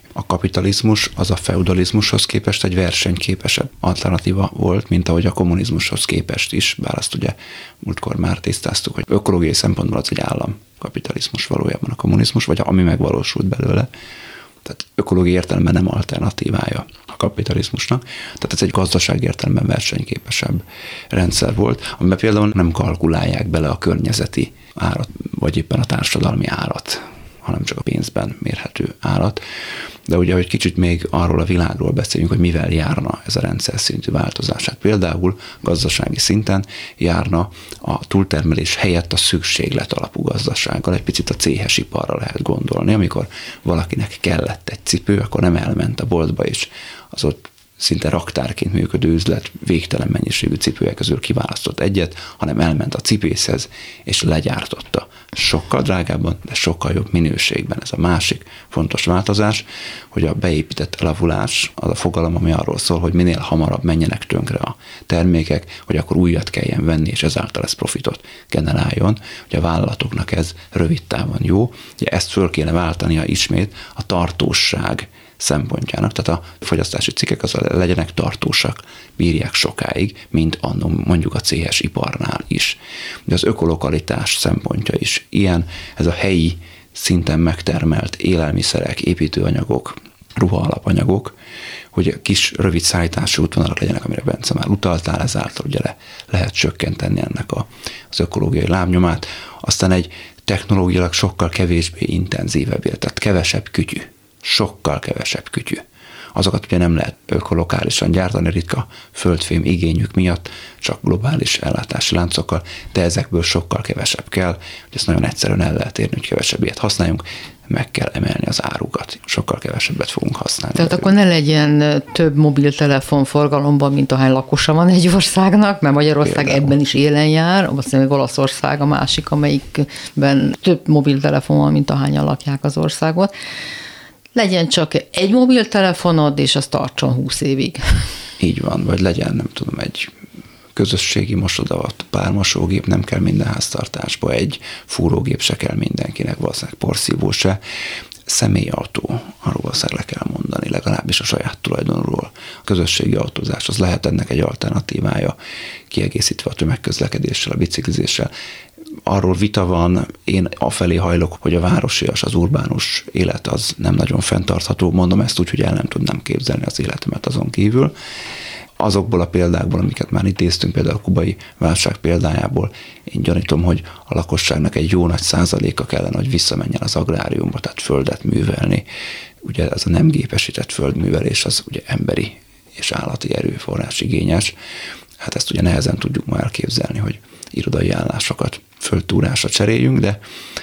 A kapitalizmus az a feudalizmushoz képest egy versenyképesebb alternatíva volt, mint ahogy a kommunizmushoz képest is, bár azt ugye múltkor már tisztáztuk, hogy ökológiai szempontból az egy államkapitalizmus valójában a kommunizmus, vagy ami megvalósult belőle. Tehát ökológiai értelemben nem alternatívája a kapitalizmusnak. Tehát ez egy gazdasági értelemben versenyképesebb rendszer volt, amiben például nem kalkulálják bele a környezeti árat, vagy éppen a társadalmi árat, hanem csak a pénzben mérhető árat. De ugye, hogy kicsit még arról a világról beszéljünk, hogy mivel járna ez a rendszer szintű változás. Hát például gazdasági szinten járna a túltermelés helyett a szükséglet alapú gazdasággal. Egy picit a céhes iparra lehet gondolni. Amikor valakinek kellett egy cipő, akkor nem elment a boltba, és az ott szinte raktárként működő üzlet végtelen mennyiségű cipőek közül kiválasztott egyet, hanem elment a cipészhez, és legyártotta. Sokkal drágábban, de sokkal jobb minőségben. Ez a másik fontos változás, hogy a beépített elavulás az a fogalom, ami arról szól, hogy minél hamarabb menjenek tönkre a termékek, hogy akkor újat kelljen venni, és ezáltal ez profitot generáljon. Ugye a vállalatoknak ez rövid távon jó. Ugye ezt föl kéne váltania ismét a tartóság szempontjának, tehát a fogyasztási cikkek az legyenek tartósak, bírják sokáig, mint annó mondjuk a céhes iparnál is. De az ökolokalitás szempontja is ilyen, ez a helyi szinten megtermelt élelmiszerek, építőanyagok, ruhaalapanyagok, hogy kis rövid szállítású útvonalak legyenek, amire Bence már utaltál, ezáltal ugye lehet csökkenteni ennek az ökológiai lábnyomát. Aztán egy technológiailag sokkal kevésbé intenzívebb, tehát kevesebb kütyű. Sokkal kevesebb kütyű. Azokat ugye nem lehet ökolokálisan gyártani ritka földfém igényük miatt, csak globális ellátási láncokkal, de ezekből sokkal kevesebb kell, hogy ezt nagyon egyszerűen el lehet érni, hogy kevesebb ilyet használjunk, meg kell emelni az árukat. Sokkal kevesebbet fogunk használni. Tehát akkor ne legyen több mobiltelefon forgalomban, mint ahány lakosa van egy országnak, mert Magyarország például ebben is élen jár, aztán még Olaszország a másik, amelyikben több mobiltelefon van, mint ahányan lakják az országot. Legyen csak egy mobiltelefonod, és az tartson 20 évig. Így van, vagy legyen, nem tudom, egy közösségi mosodavat, pármosógép, nem kell minden háztartásba, egy fúrógép se kell mindenkinek, valószínűleg porszívó se. Személyautó, arról valószínűleg le kell mondani, legalábbis a saját tulajdonról. A közösségi autózás az lehet ennek egy alternatívája, kiegészítve a tömegközlekedéssel, a biciklizéssel. Arról vita van, én afelé hajlok, hogy a városias, az urbánus élet az nem nagyon fenntartható. Mondom ezt úgy, hogy el nem tudnám képzelni az életemet azon kívül. Azokból a példákból, amiket már idéztünk, például a kubai válság példájából, én gyanítom, hogy a lakosságnak egy jó nagy százaléka kellene, hogy visszamenjen az agráriumba, tehát földet művelni. Ugye ez a nem gépesített földművelés az ugye emberi és állati erőforrás igényes. Hát ezt ugye nehezen tudjuk ma elképzelni, hogy irodai állásokat földtúrásra cseréljünk, de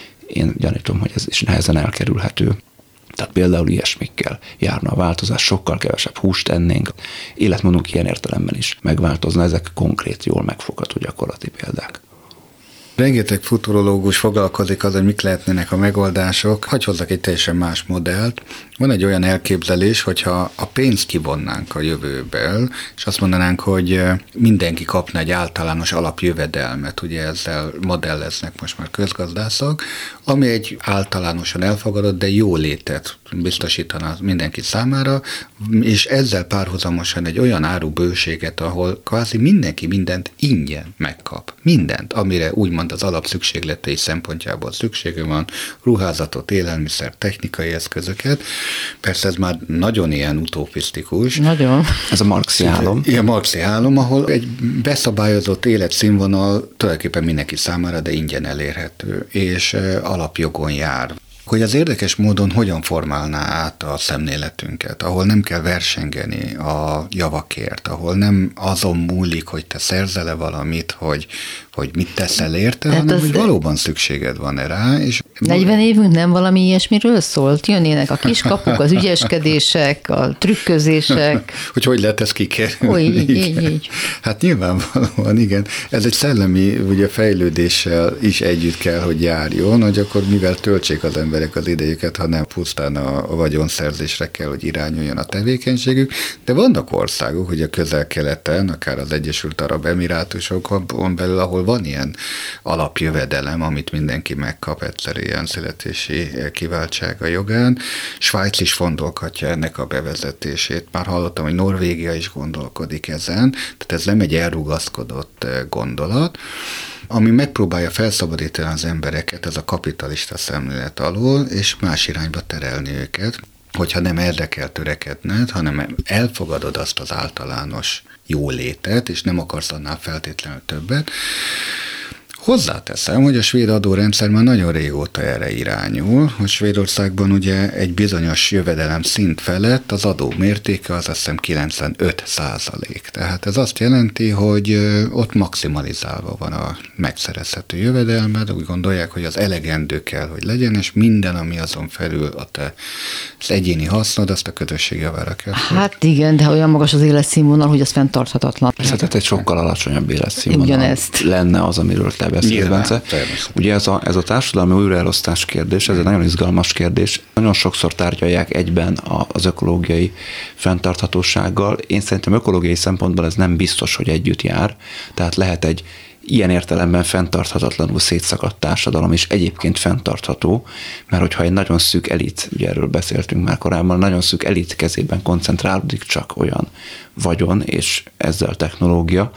én gyanítom, hogy ez is nehezen elkerülhető. Tehát például ilyesmikkel járna a változás, sokkal kevesebb húst ennénk. Életmódunk ilyen értelemben is megváltozna, ezek konkrét, jól megfogható gyakorlati példák. Rengeteg futurológus foglalkozik azzal, hogy mik lehetnének a megoldások. Hadd hozzak egy teljesen más modellt. Van egy olyan elképzelés, hogyha a pénzt kivonnánk a jövőből, és azt mondanánk, hogy mindenki kapna egy általános alapjövedelmet, ugye ezzel modelleznek most már közgazdászok, ami egy általánosan elfogadott, de jó létet biztosítana mindenki számára, és ezzel párhuzamosan egy olyan árubőséget, ahol kvázi mindenki mindent ingyen megkap. Mindent, amire úgymond az alapszükségletei szempontjából szüksége van, ruházatot, élelmiszer, technikai eszközöket. Persze ez már nagyon ilyen utopisztikus. Nagyon. Ez a marxi álom. Ilyen marxi álom, ahol egy beszabályozott életszínvonal tulajdonképpen mindenki számára, de ingyen elérhető, és alapjogon jár. Hogy az érdekes módon hogyan formálná át a szemléletünket, ahol nem kell versengeni a javakért, ahol nem azon múlik, hogy te szerzel-e valamit, hogy mit teszel érte, hát hanem hogy valóban szükséged van rá. És 40 évünk nem valami ilyesmiről szólt? Jönnének a kiskapuk, az ügyeskedések, a trükközések. Hogy lehet ezt kikerülni? Így. Hát nyilvánvalóan, igen. Ez egy szellemi ugye, fejlődéssel is együtt kell, hogy járjon, hogy akkor mivel töltsék az ember emberek az idejüket, hanem pusztán a vagyonszerzésre kell, hogy irányuljon a tevékenységük. De vannak országok, hogy a Közel-Keleten, akár az Egyesült Arab Emirátusokon belül, ahol van ilyen alapjövedelem, amit mindenki megkap egyszer ilyen születési kiváltsága jogán. Svájc is gondolhatja ennek a bevezetését. Már hallottam, hogy Norvégia is gondolkodik ezen, tehát ez nem egy elrugaszkodott gondolat, ami megpróbálja felszabadítani az embereket, ez a kapitalista szemlélet alól, és más irányba terelni őket, hogyha nem erre kell törekedned, hanem elfogadod azt az általános jólétet, és nem akarsz annál feltétlenül többet. Hozzáteszem, hogy a svéd adórendszer már nagyon régóta erre irányul, hogy Svédországban ugye egy bizonyos jövedelem szint felett az adó mértéke az azt hiszem 95%. Tehát ez azt jelenti, hogy ott maximalizálva van a megszerezhető jövedelmed, úgy gondolják, hogy az elegendő kell, hogy legyen, és minden, ami azon felül az egyéni hasznod, azt a közösség javára kell. Hát igen, de olyan magas az életszínvonal, hogy az fenntarthatatlan. Tehát egy sokkal alacsonyabb életszínvonal lenne az, amiről te beszélsz, Bence. Ugye ez a társadalmi újraelosztás kérdés, ez egy nagyon izgalmas kérdés. Nagyon sokszor tárgyalják egyben az ökológiai fenntarthatósággal. Én szerintem ökológiai szempontból ez nem biztos, hogy együtt jár. Tehát lehet egy ilyen értelemben fenntarthatatlanul szétszakadt társadalom is egyébként fenntartható, mert hogyha egy nagyon szűk elit, ugye erről beszéltünk már korábban, nagyon szűk elit kezében koncentrálódik csak olyan vagyon és ezzel technológia,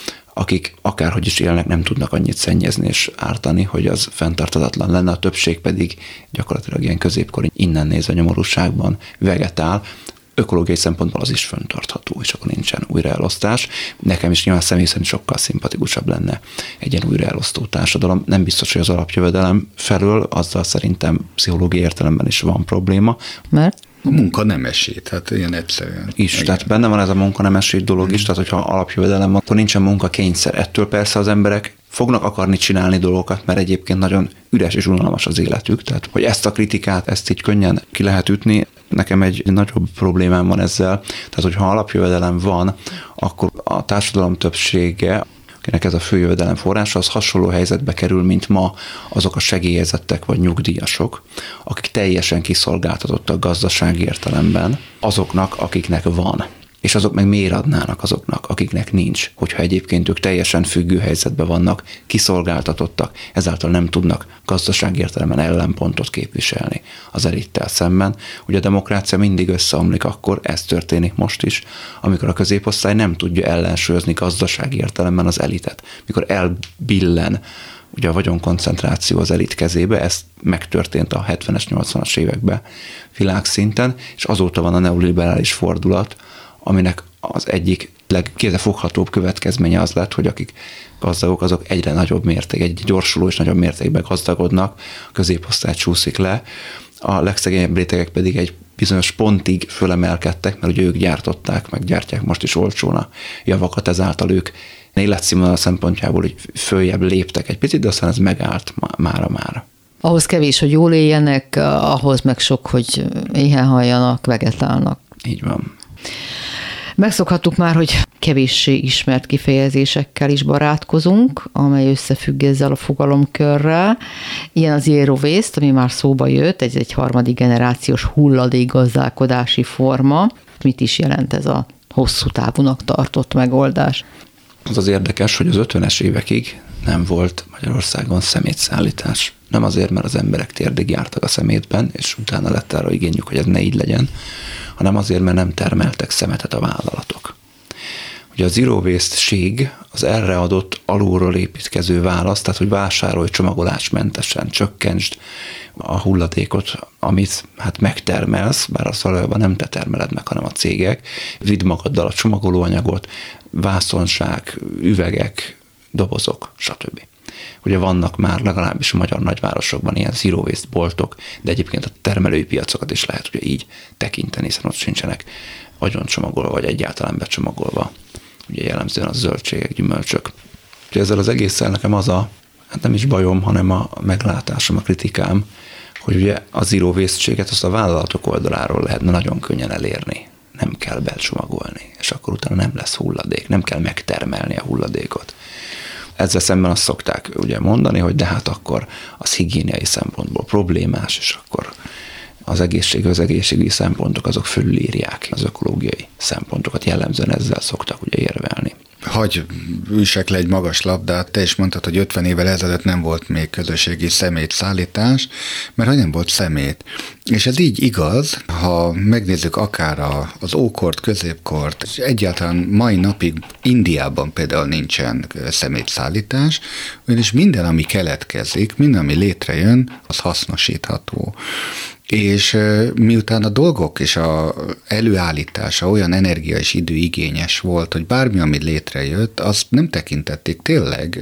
akik akárhogy is élnek, nem tudnak annyit szennyezni és ártani, hogy az fenntarthatatlan lenne, a többség pedig gyakorlatilag ilyen középkori, innen nézve nyomorúságban vegetál. Ökológiai szempontból az is fenntartható, és akkor nincsen újraelosztás. Nekem is nyilván személy szerint sokkal szimpatikusabb lenne egy ilyen újraelosztó társadalom. Nem biztos, hogy az alapjövedelem felől, azzal szerintem pszichológiai értelemben is van probléma. Mert? A munkanemesít, hát ilyen egyszerűen. Is, igen. Tehát benne van ez a munkanemesít dolog is, tehát hogyha alapjövedelem van, akkor nincsen munkakényszer. Ettől persze az emberek fognak akarni csinálni dolgokat, mert egyébként nagyon üres és unalmas az életük. Tehát, hogy ezt a kritikát, ezt így könnyen ki lehet ütni, nekem egy nagyobb problémám van ezzel. Tehát, hogyha alapjövedelem van, akkor a társadalom többsége, akinek ez a fő jövedelem forrása, az hasonló helyzetbe kerül, mint ma azok a segélyezettek vagy nyugdíjasok, akik teljesen kiszolgáltatottak gazdasági értelemben azoknak, akiknek van. És azok meg miért adnának azoknak, akiknek nincs, hogyha egyébként ők teljesen függő helyzetben vannak, kiszolgáltatottak, ezáltal nem tudnak gazdasági értelemben ellenpontot képviselni az elittel szemben. Ugye a demokrácia mindig összeomlik akkor, ez történik most is, amikor a középosztály nem tudja ellensúlyozni gazdasági értelemben az elitet, mikor elbillen ugye a vagyonkoncentráció az elit kezébe, ez megtörtént a 70-es, 80-as években világszinten, és azóta van a neoliberális fordulat, aminek az egyik legkézefoghatóbb következménye az lett, hogy akik gazdagok, azok egyre nagyobb egy gyorsuló és nagyobb mértékben gazdagodnak, a középosztály csúszik le, a legszegényebb rétegek pedig egy bizonyos pontig fölemelkedtek, mert ugye ők gyártották, meg gyártják most is olcsón a javakat, ezáltal ők életszínvonal szempontjából hogy följebb léptek egy picit, de aztán ez megállt mára. Ahhoz kevés, hogy jól éljenek, ahhoz meg sok, hogy éhen halljanak, vegetálnak. Így van. Megszokhattuk már, hogy kevéssé ismert kifejezésekkel is barátkozunk, amely összefügg ezzel a fogalomkörrel. Ilyen az zero waste, ami már szóba jött, ez egy harmadik generációs hulladékgazdálkodási forma. Mit is jelent ez a hosszú távúnak tartott megoldás? Az érdekes, hogy az 50-es évekig nem volt Magyarországon szemétszállítás. Nem azért, mert az emberek térdig jártak a szemétben, és utána lett arra igényük, hogy ez ne így legyen, hanem azért, mert nem termeltek szemetet a vállalatok. Ugye a zero waste-ség az erre adott alulról építkező válasz, tehát hogy vásárolj csomagolásmentesen, csökkentsd a hulladékot, amit hát megtermelsz, bár azt valójában nem te termeled meg, hanem a cégek, vidd magaddal a csomagolóanyagot, vászonság, üvegek, dobozok, stb. Ugye vannak már legalábbis a magyar nagyvárosokban ilyen zero waste boltok, de egyébként a termelői piacokat is lehet ugye így tekinteni, hiszen ott sincsenek agyoncsomagolva, vagy egyáltalán becsomagolva. Ugye jellemzően a zöldségek, gyümölcsök. Ugye ezzel az egésszel nekem az hát nem is bajom, hanem a meglátásom, a kritikám, hogy ugye a zero waste-séget azt a vállalatok oldaláról lehetne nagyon könnyen elérni. Nem kell becsomagolni, és akkor utána nem lesz hulladék, nem kell megtermelni a hulladékot. Ezzel szemben azt szokták ugye mondani, hogy de hát akkor az higiéniai szempontból problémás, és akkor az egészségügyi szempontok azok fölülírják az ökológiai szempontokat, jellemzően ezzel szoktak ugye érvelni. Hagy üssek le egy magas labdát, te is mondtad, hogy 50 évvel ezelőtt nem volt még közösségi szemétszállítás, mert hogy nem volt szemét. És ez így igaz, ha megnézzük akár az ókort, középkort, és egyáltalán mai napig Indiában például nincsen szemétszállítás, ugyanis minden, ami keletkezik, minden, ami létrejön, az hasznosítható. És miután a dolgok és a előállítása olyan energia és időigényes volt, hogy bármi, ami létrejött, azt nem tekintették tényleg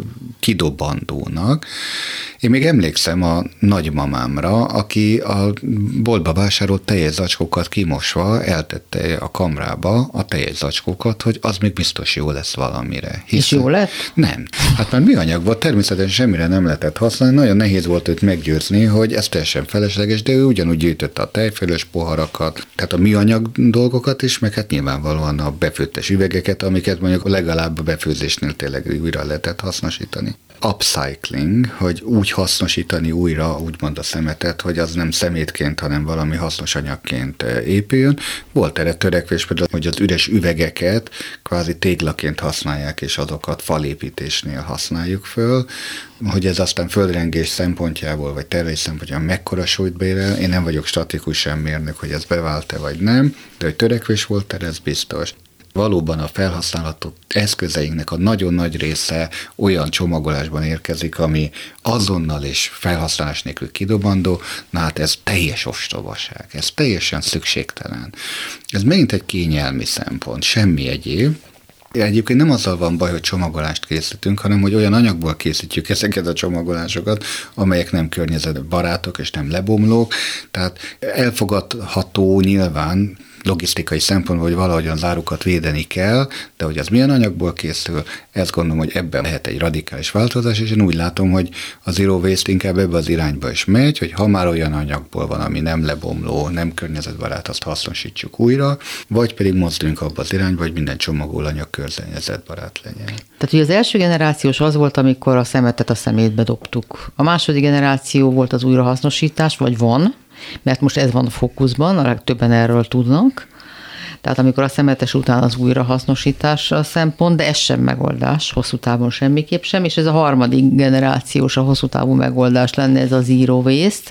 kidobandónak. Én még emlékszem a nagymamámra, aki a boltba vásárolt tejeczacskókat kimosva eltette a kamrába a tejeczacskókat, hogy az még biztos jó lesz valamire. És jó lett? Nem. Hát már műanyag volt, természetesen semmire nem lehetett használni, nagyon nehéz volt őt meggyőzni, hogy ez teljesen felesleges, de ő ugyanúgy gyűjtötte a tejfölös poharakat, tehát a műanyag dolgokat is, meg hát nyilvánvalóan a befőttes üvegeket, amiket mondjuk legalább a befőzésnél tényleg újra lehetett hasznosítani. Upcycling, hogy úgy hasznosítani újra, úgymond a szemetet, hogy az nem szemétként, hanem valami hasznos anyagként épüljön. Volt erre törekvés például, hogy az üres üvegeket kvázi téglaként használják, és azokat falépítésnél használjuk föl, hogy ez aztán földrengés szempontjából, vagy tervezés szempontjából mekkora súlyt bérel. Én nem vagyok statikus sem mérnök, hogy ez bevált-e vagy nem, de hogy törekvés volt erre, ez biztos. Valóban a felhasználható eszközeinknek a nagyon nagy része olyan csomagolásban érkezik, ami azonnal és felhasználás nélkül kidobandó, na hát ez teljes ostobaság, ez teljesen szükségtelen. Ez megint egy kényelmi szempont, semmi egyéb. Egyébként nem azzal van baj, hogy csomagolást készítünk, hanem hogy olyan anyagból készítjük ezeket a csomagolásokat, amelyek nem környezetbarátok és nem lebomlók, tehát elfogadható nyilván logisztikai szempontból, hogy valahogyan az árukat védeni kell, de hogy az milyen anyagból készül, ezt gondolom, hogy ebben lehet egy radikális változás, és én úgy látom, hogy a Zero Waste inkább ebbe az irányba is megy, hogy ha már olyan anyagból van, ami nem lebomló, nem környezetbarát, azt hasznosítsuk újra, vagy pedig mozduljunk abba az irányba, hogy minden csomagolóanyag környezetbarát legyen. Tehát ugye az első generációs az volt, amikor a szemetet a szemétbe dobtuk. A második generáció volt az újrahasznosítás, vagy van, mert most ez van a fókuszban, a legtöbben erről tudnak. Tehát amikor a szemetes után az újrahasznosítás a szempont, de ez sem megoldás, hosszú távon semmiképp sem, és ez a harmadik generációs, a hosszú távú megoldás lenne ez a Zero Waste,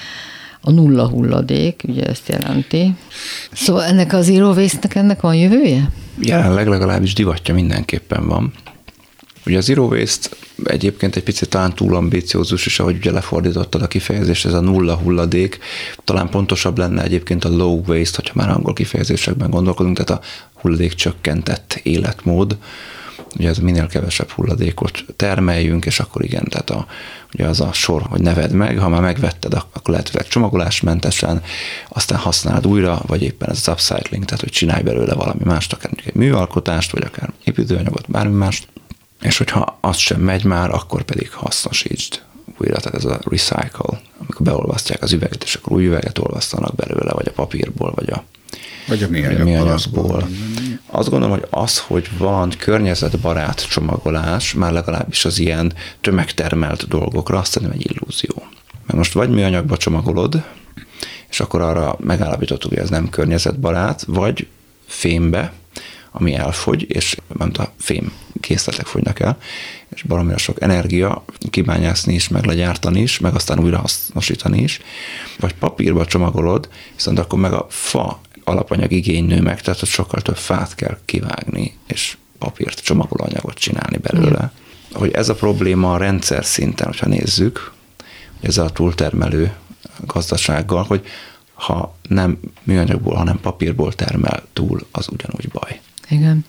a nulla hulladék, ugye ezt jelenti. Szóval ennek a Zero Waste-nek ennek van jövője? Jelenleg legalábbis divatja mindenképpen van. Ugye a Zero Waste egyébként egy picit talán túl ambiciózus, és ahogy ugye lefordítottad a kifejezést, ez a nulla hulladék, talán pontosabb lenne egyébként a low waste, hogyha már angol kifejezésekben gondolkodunk, tehát a hulladék csökkentett életmód, ugye ez minél kevesebb hulladékot termeljünk, és akkor igen, tehát ugye az a sor, hogy ne vedd meg, ha már megvetted, akkor lehetőleg csomagolásmentesen, aztán használd újra, vagy éppen ez az upcycling, tehát hogy csinálj belőle valami mást, akár egy műalkotást, vagy akár építőanyagot, bármi mást, és hogyha az sem megy már, akkor pedig hasznosítsd újra, tehát ez a recycle, amikor beolvasztják az üveget, és akkor új üveget olvasztanak belőle, vagy a papírból, vagy a műanyagból. Azt gondolom, hogy az, hogy van környezetbarát csomagolás, már legalábbis az ilyen tömegtermelt dolgokra, azt szerintem egy illúzió. Mert most vagy műanyagba csomagolod, és akkor arra megállapítottuk, hogy ez nem környezetbarát, vagy fémbe, ami elfogy, és nem a fém készletek fogynak el, és baromira sok energia kibányászni is, meg legyártani is, meg aztán újra hasznosítani is, vagy papírba csomagolod, viszont akkor meg a fa alapanyag igény nő meg, tehát ott sokkal több fát kell kivágni, és papírt, csomagolóanyagot csinálni belőle. Hogy ez a probléma a rendszer szinten, hogyha nézzük, hogy ezzel a túltermelő gazdasággal, hogy ha nem műanyagból, hanem papírból termel túl, az ugyanúgy baj. Igen.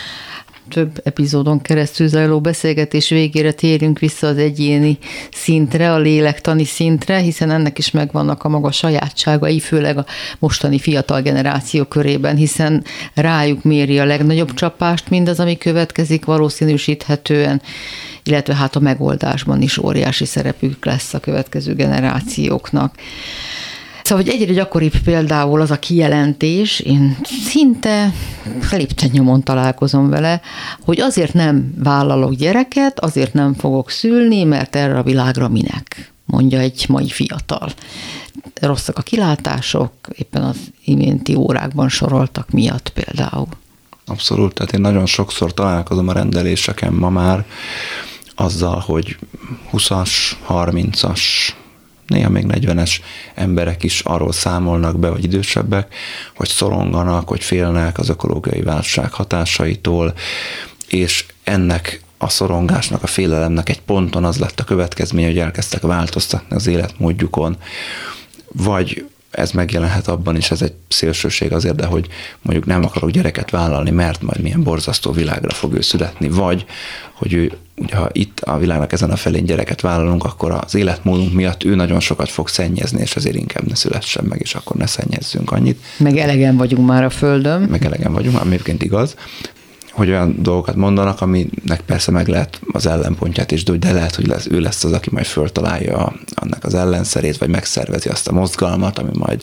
Több epizódon keresztül zajló beszélgetés végére térjünk vissza az egyéni szintre, a lélektani szintre, hiszen ennek is megvannak a maga sajátságai, főleg a mostani fiatal generáció körében, hiszen rájuk méri a legnagyobb csapást mindaz, ami következik valószínűsíthetően, illetve hát a megoldásban is óriási szerepük lesz a következő generációknak. Szóval, hogy egyre gyakoribb például az a kijelentés, én szinte lépten nyomon találkozom vele, hogy azért nem vállalok gyereket, azért nem fogok szülni, mert erre a világra minek, mondja egy mai fiatal. Rosszak a kilátások, éppen az iménti órákban soroltak miatt például. Abszolút, tehát én nagyon sokszor találkozom a rendeléseken ma már azzal, hogy 20-as, 30-as, néha még 40-es emberek is arról számolnak be, vagy idősebbek, hogy szoronganak, hogy félnek az ökológiai válság hatásaitól, és ennek a szorongásnak, a félelemnek egy ponton az lett a következménye, hogy elkezdtek változtatni az életmódjukon, vagy ez megjelenhet abban is, ez egy szélsőség azért, de hogy mondjuk nem akarok gyereket vállalni, mert majd milyen borzasztó világra fog ő születni, vagy hogy ő, ugye, ha itt a világnak ezen a felén gyereket vállalunk, akkor az életmódunk miatt ő nagyon sokat fog szennyezni, és azért inkább ne szülessen meg, és akkor ne szennyezzünk annyit. Meg elegen vagyunk már a Földön. Meg elegen vagyunk, ami egyébként igaz, hogy olyan dolgokat mondanak, aminek persze meg lehet az ellenpontját is, de lehet, hogy ő lesz az, aki majd föltalálja annak az ellenszerét, vagy megszervezi azt a mozgalmat, ami majd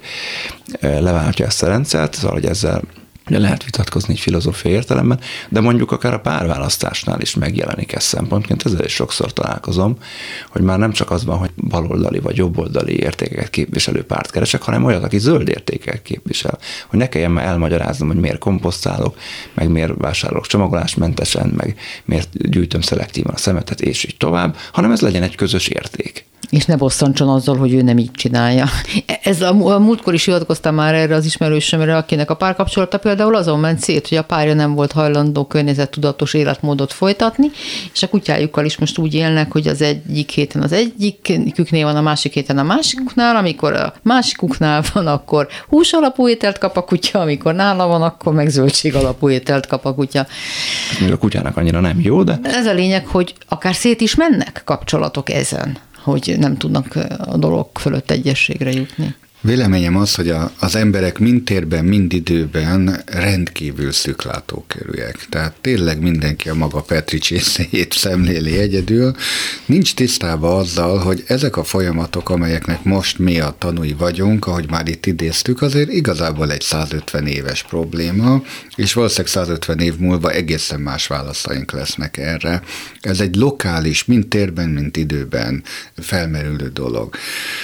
leváltja ezt a rendszert, szóval, hogy ezzel lehet vitatkozni egy filozófiai értelemben, de mondjuk akár a párválasztásnál is megjelenik ez szempontként, ezzel is sokszor találkozom, hogy már nem csak az van, hogy baloldali vagy jobboldali értékeket képviselő párt keresek, hanem olyat, aki zöld értékeket képvisel, hogy ne kelljen már elmagyaráznom, hogy miért komposztálok, meg miért vásárolok csomagolásmentesen, meg miért gyűjtöm szelektívan a szemetet, és így tovább, hanem ez legyen egy közös érték. És ne bosszantson azzal, hogy ő nem így csinálja. Ez a múltkor is hivatkoztam már erre az ismerősömre, akinek a párkapcsolata például azon ment szét, hogy a párja nem volt hajlandó környezettudatos életmódot folytatni, és a kutyájukkal is most úgy élnek, hogy az egyik héten az egyiküknél van, a másik héten a másikuknál, amikor a másikuknál van, akkor hús alapú ételt kap a kutya, amikor nála van, akkor meg zöldség alapú ételt kap a kutya. Ez még a kutyának annyira nem jó, de... Ez a lényeg, hogy akár szét is mennek kapcsolatok ezen, hogy nem tudnak a dolog fölött egyességre jutni. Véleményem az, hogy az emberek mind térben, mind időben rendkívül szűklátókörűek. Tehát tényleg mindenki a maga Petri csészéjét szemléli egyedül. Nincs tisztában azzal, hogy ezek a folyamatok, amelyeknek most mi a tanúi vagyunk, ahogy már itt idéztük, azért igazából egy 150 éves probléma, és valószínűleg 150 év múlva egészen más válaszaink lesznek erre. Ez egy lokális, mind térben, mind időben felmerülő dolog.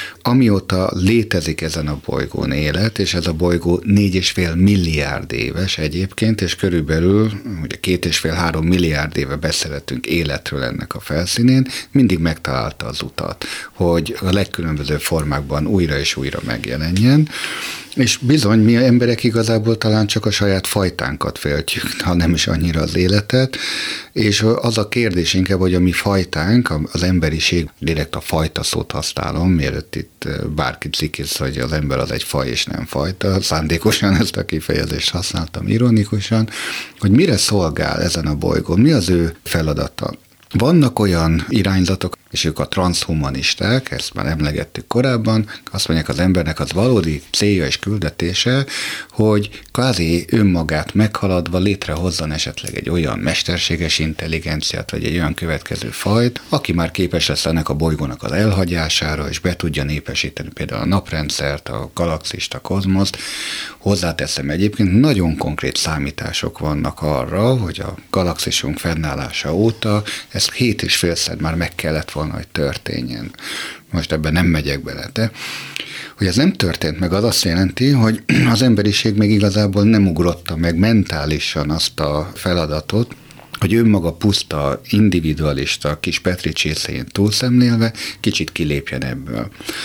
Amióta létezik ezen a bolygón élet, és ez a bolygó 4,5 milliárd éves egyébként, és körülbelül ugye 2,5-3 milliárd éve beszélhetünk életről ennek a felszínén, mindig megtalálta az utat, hogy a legkülönbözőbb formákban újra és újra megjelenjen, és bizony mi emberek igazából talán csak a saját fajtánkat féltjük, ha nem is annyira az életet, és az a kérdés inkább, hogy a mi fajtánk, az emberiség, direkt a fajta szót használom, mielőtt itt bárki cikiz, hogy az ember az egy faj és nem fajta, szándékosan ezt a kifejezést használtam ironikusan, hogy mire szolgál ezen a bolygón, mi az ő feladata. Vannak olyan irányzatok, és ők a transzhumanisták, ezt már emlegettük korábban, azt mondják, az embernek az valódi célja és küldetése, hogy kvázi önmagát meghaladva létrehozzon esetleg egy olyan mesterséges intelligenciát, vagy egy olyan következő fajt, aki már képes lesz ennek a bolygónak az elhagyására, és be tudja népesíteni például a naprendszert, a galaxist, a kozmoszt. Hozzáteszem egyébként, nagyon konkrét számítások vannak arra, hogy a galaxisunk fennállása óta ez 7,5-szer már meg kellett volna, hogy történjen. Most ebben nem megyek bele, de hogy ez nem történt meg, az azt jelenti, hogy az emberiség még igazából nem ugrotta meg mentálisan azt a feladatot, hogy önmaga puszta, individualista, kis Petri csészéjén túlszemlélve kicsit kilépjen ebből.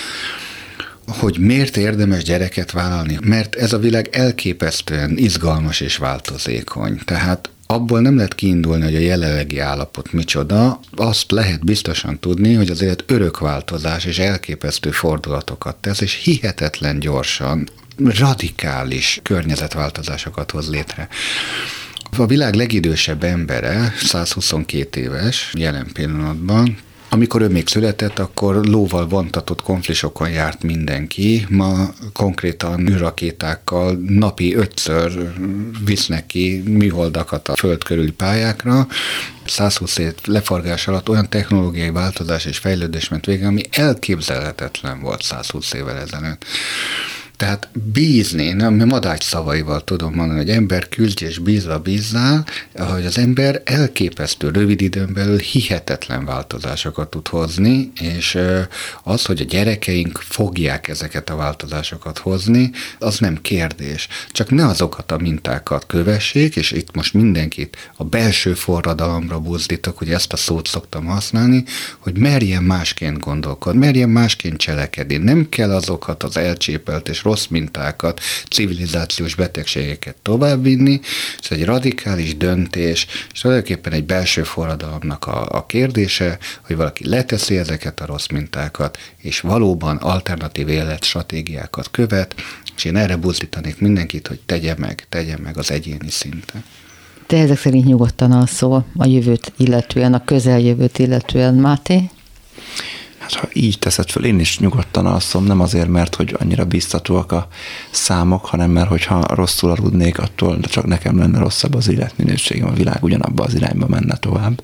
Hogy miért érdemes gyereket vállalni? Mert ez a világ elképesztően izgalmas és változékony. Tehát abból nem lehet kiindulni, hogy a jelenlegi állapot micsoda, azt lehet biztosan tudni, hogy az élet örök változás és elképesztő fordulatokat tesz, és hihetetlen gyorsan, radikális környezetváltozásokat hoz létre. A világ legidősebb embere, 122 éves jelen pillanatban, amikor ő még született, akkor lóval vontatott konflisokon járt mindenki. Ma konkrétan űrrakétákkal napi 5-ször visznek ki műholdakat a föld körüli pályákra. 120 év leforgás alatt olyan technológiai változás és fejlődés ment végre, ami elképzelhetetlen volt 120 évvel ezelőtt. Tehát bízni, nem Madács szavaival tudom mondani, hogy ember küldj és bízva bízzál, hogy az ember elképesztő rövid időn belül hihetetlen változásokat tud hozni, és az, hogy a gyerekeink fogják ezeket a változásokat hozni, az nem kérdés. Csak ne azokat a mintákat kövessék, és itt most mindenkit a belső forradalomra buzdítok, hogy ezt a szót szoktam használni, hogy merjen másként gondolkodni, merjen másként cselekedni. Nem kell azokat az elcsépelt és rossz mintákat, civilizációs betegségeket továbbvinni, ez egy radikális döntés, és tulajdonképpen egy belső forradalomnak a kérdése, hogy valaki leteszi ezeket a rossz mintákat, és valóban alternatív életstratégiákat követ, és én erre buzdítanék mindenkit, hogy tegye meg az egyéni szinten. Te ezek szerint nyugodtan alszol a jövőt illetően, a közeljövőt illetően, Máté? Hát ha így teszed föl, én is nyugodtan alszom, nem azért, mert hogy annyira biztatóak a számok, hanem mert hogyha rosszul aludnék, attól csak nekem lenne rosszabb az életminőségem, a világ ugyanabba az irányba menne tovább.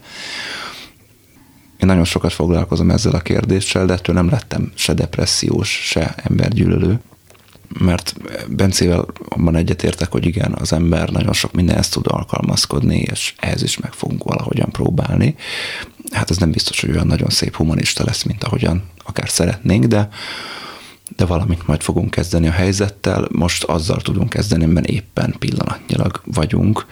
Én nagyon sokat foglalkozom ezzel a kérdéssel, de ettől nem lettem se depressziós, se embergyűlölő, mert Bencével abban egyetértek, hogy igen, az ember nagyon sok mindenhez tud alkalmazkodni, és ehhez is meg fogunk valahogyan próbálni. Hát ez nem biztos, hogy olyan nagyon szép humanista lesz, mint ahogyan akár szeretnénk, de valamit majd fogunk kezdeni a helyzettel. Most azzal tudunk kezdeni, amiben éppen pillanatnyilag vagyunk,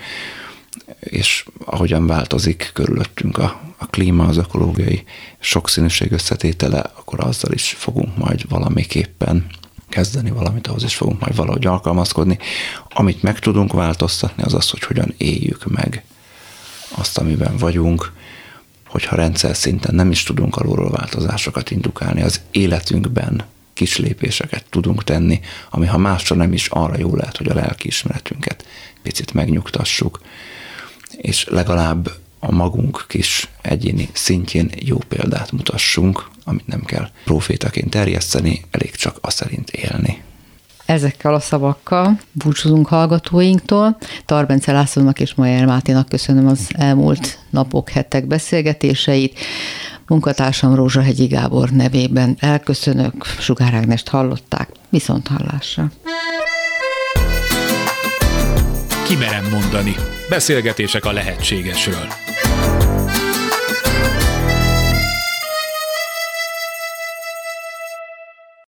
és ahogyan változik körülöttünk a klíma, az ökológiai sokszínűség összetétele, akkor azzal is fogunk majd valamiképpen kezdeni valamit, ahhoz is fogunk majd valahogy alkalmazkodni. Amit meg tudunk változtatni, az az, hogy hogyan éljük meg azt, amiben vagyunk, hogyha rendszer szinten nem is tudunk alulról változásokat indukálni, az életünkben kis lépéseket tudunk tenni, ami ha másra nem is, arra jó lehet, hogy a lelkiismeretünket picit megnyugtassuk, és legalább a magunk kis egyéni szintjén jó példát mutassunk, amit nem kell profétaként terjeszteni, elég csak azt szerint élni. Ezekkel a szavakkal búcsúzunk hallgatóinktól. Tar Bence Lászlónak és Mayer Máténak köszönöm az elmúlt napok, hetek beszélgetéseit. Munkatársam Rózsahegyi Gábor nevében elköszönök, Sugár Ágnest hallották, viszont hallásra. Kimerem mondani. Beszélgetések a lehetségesről.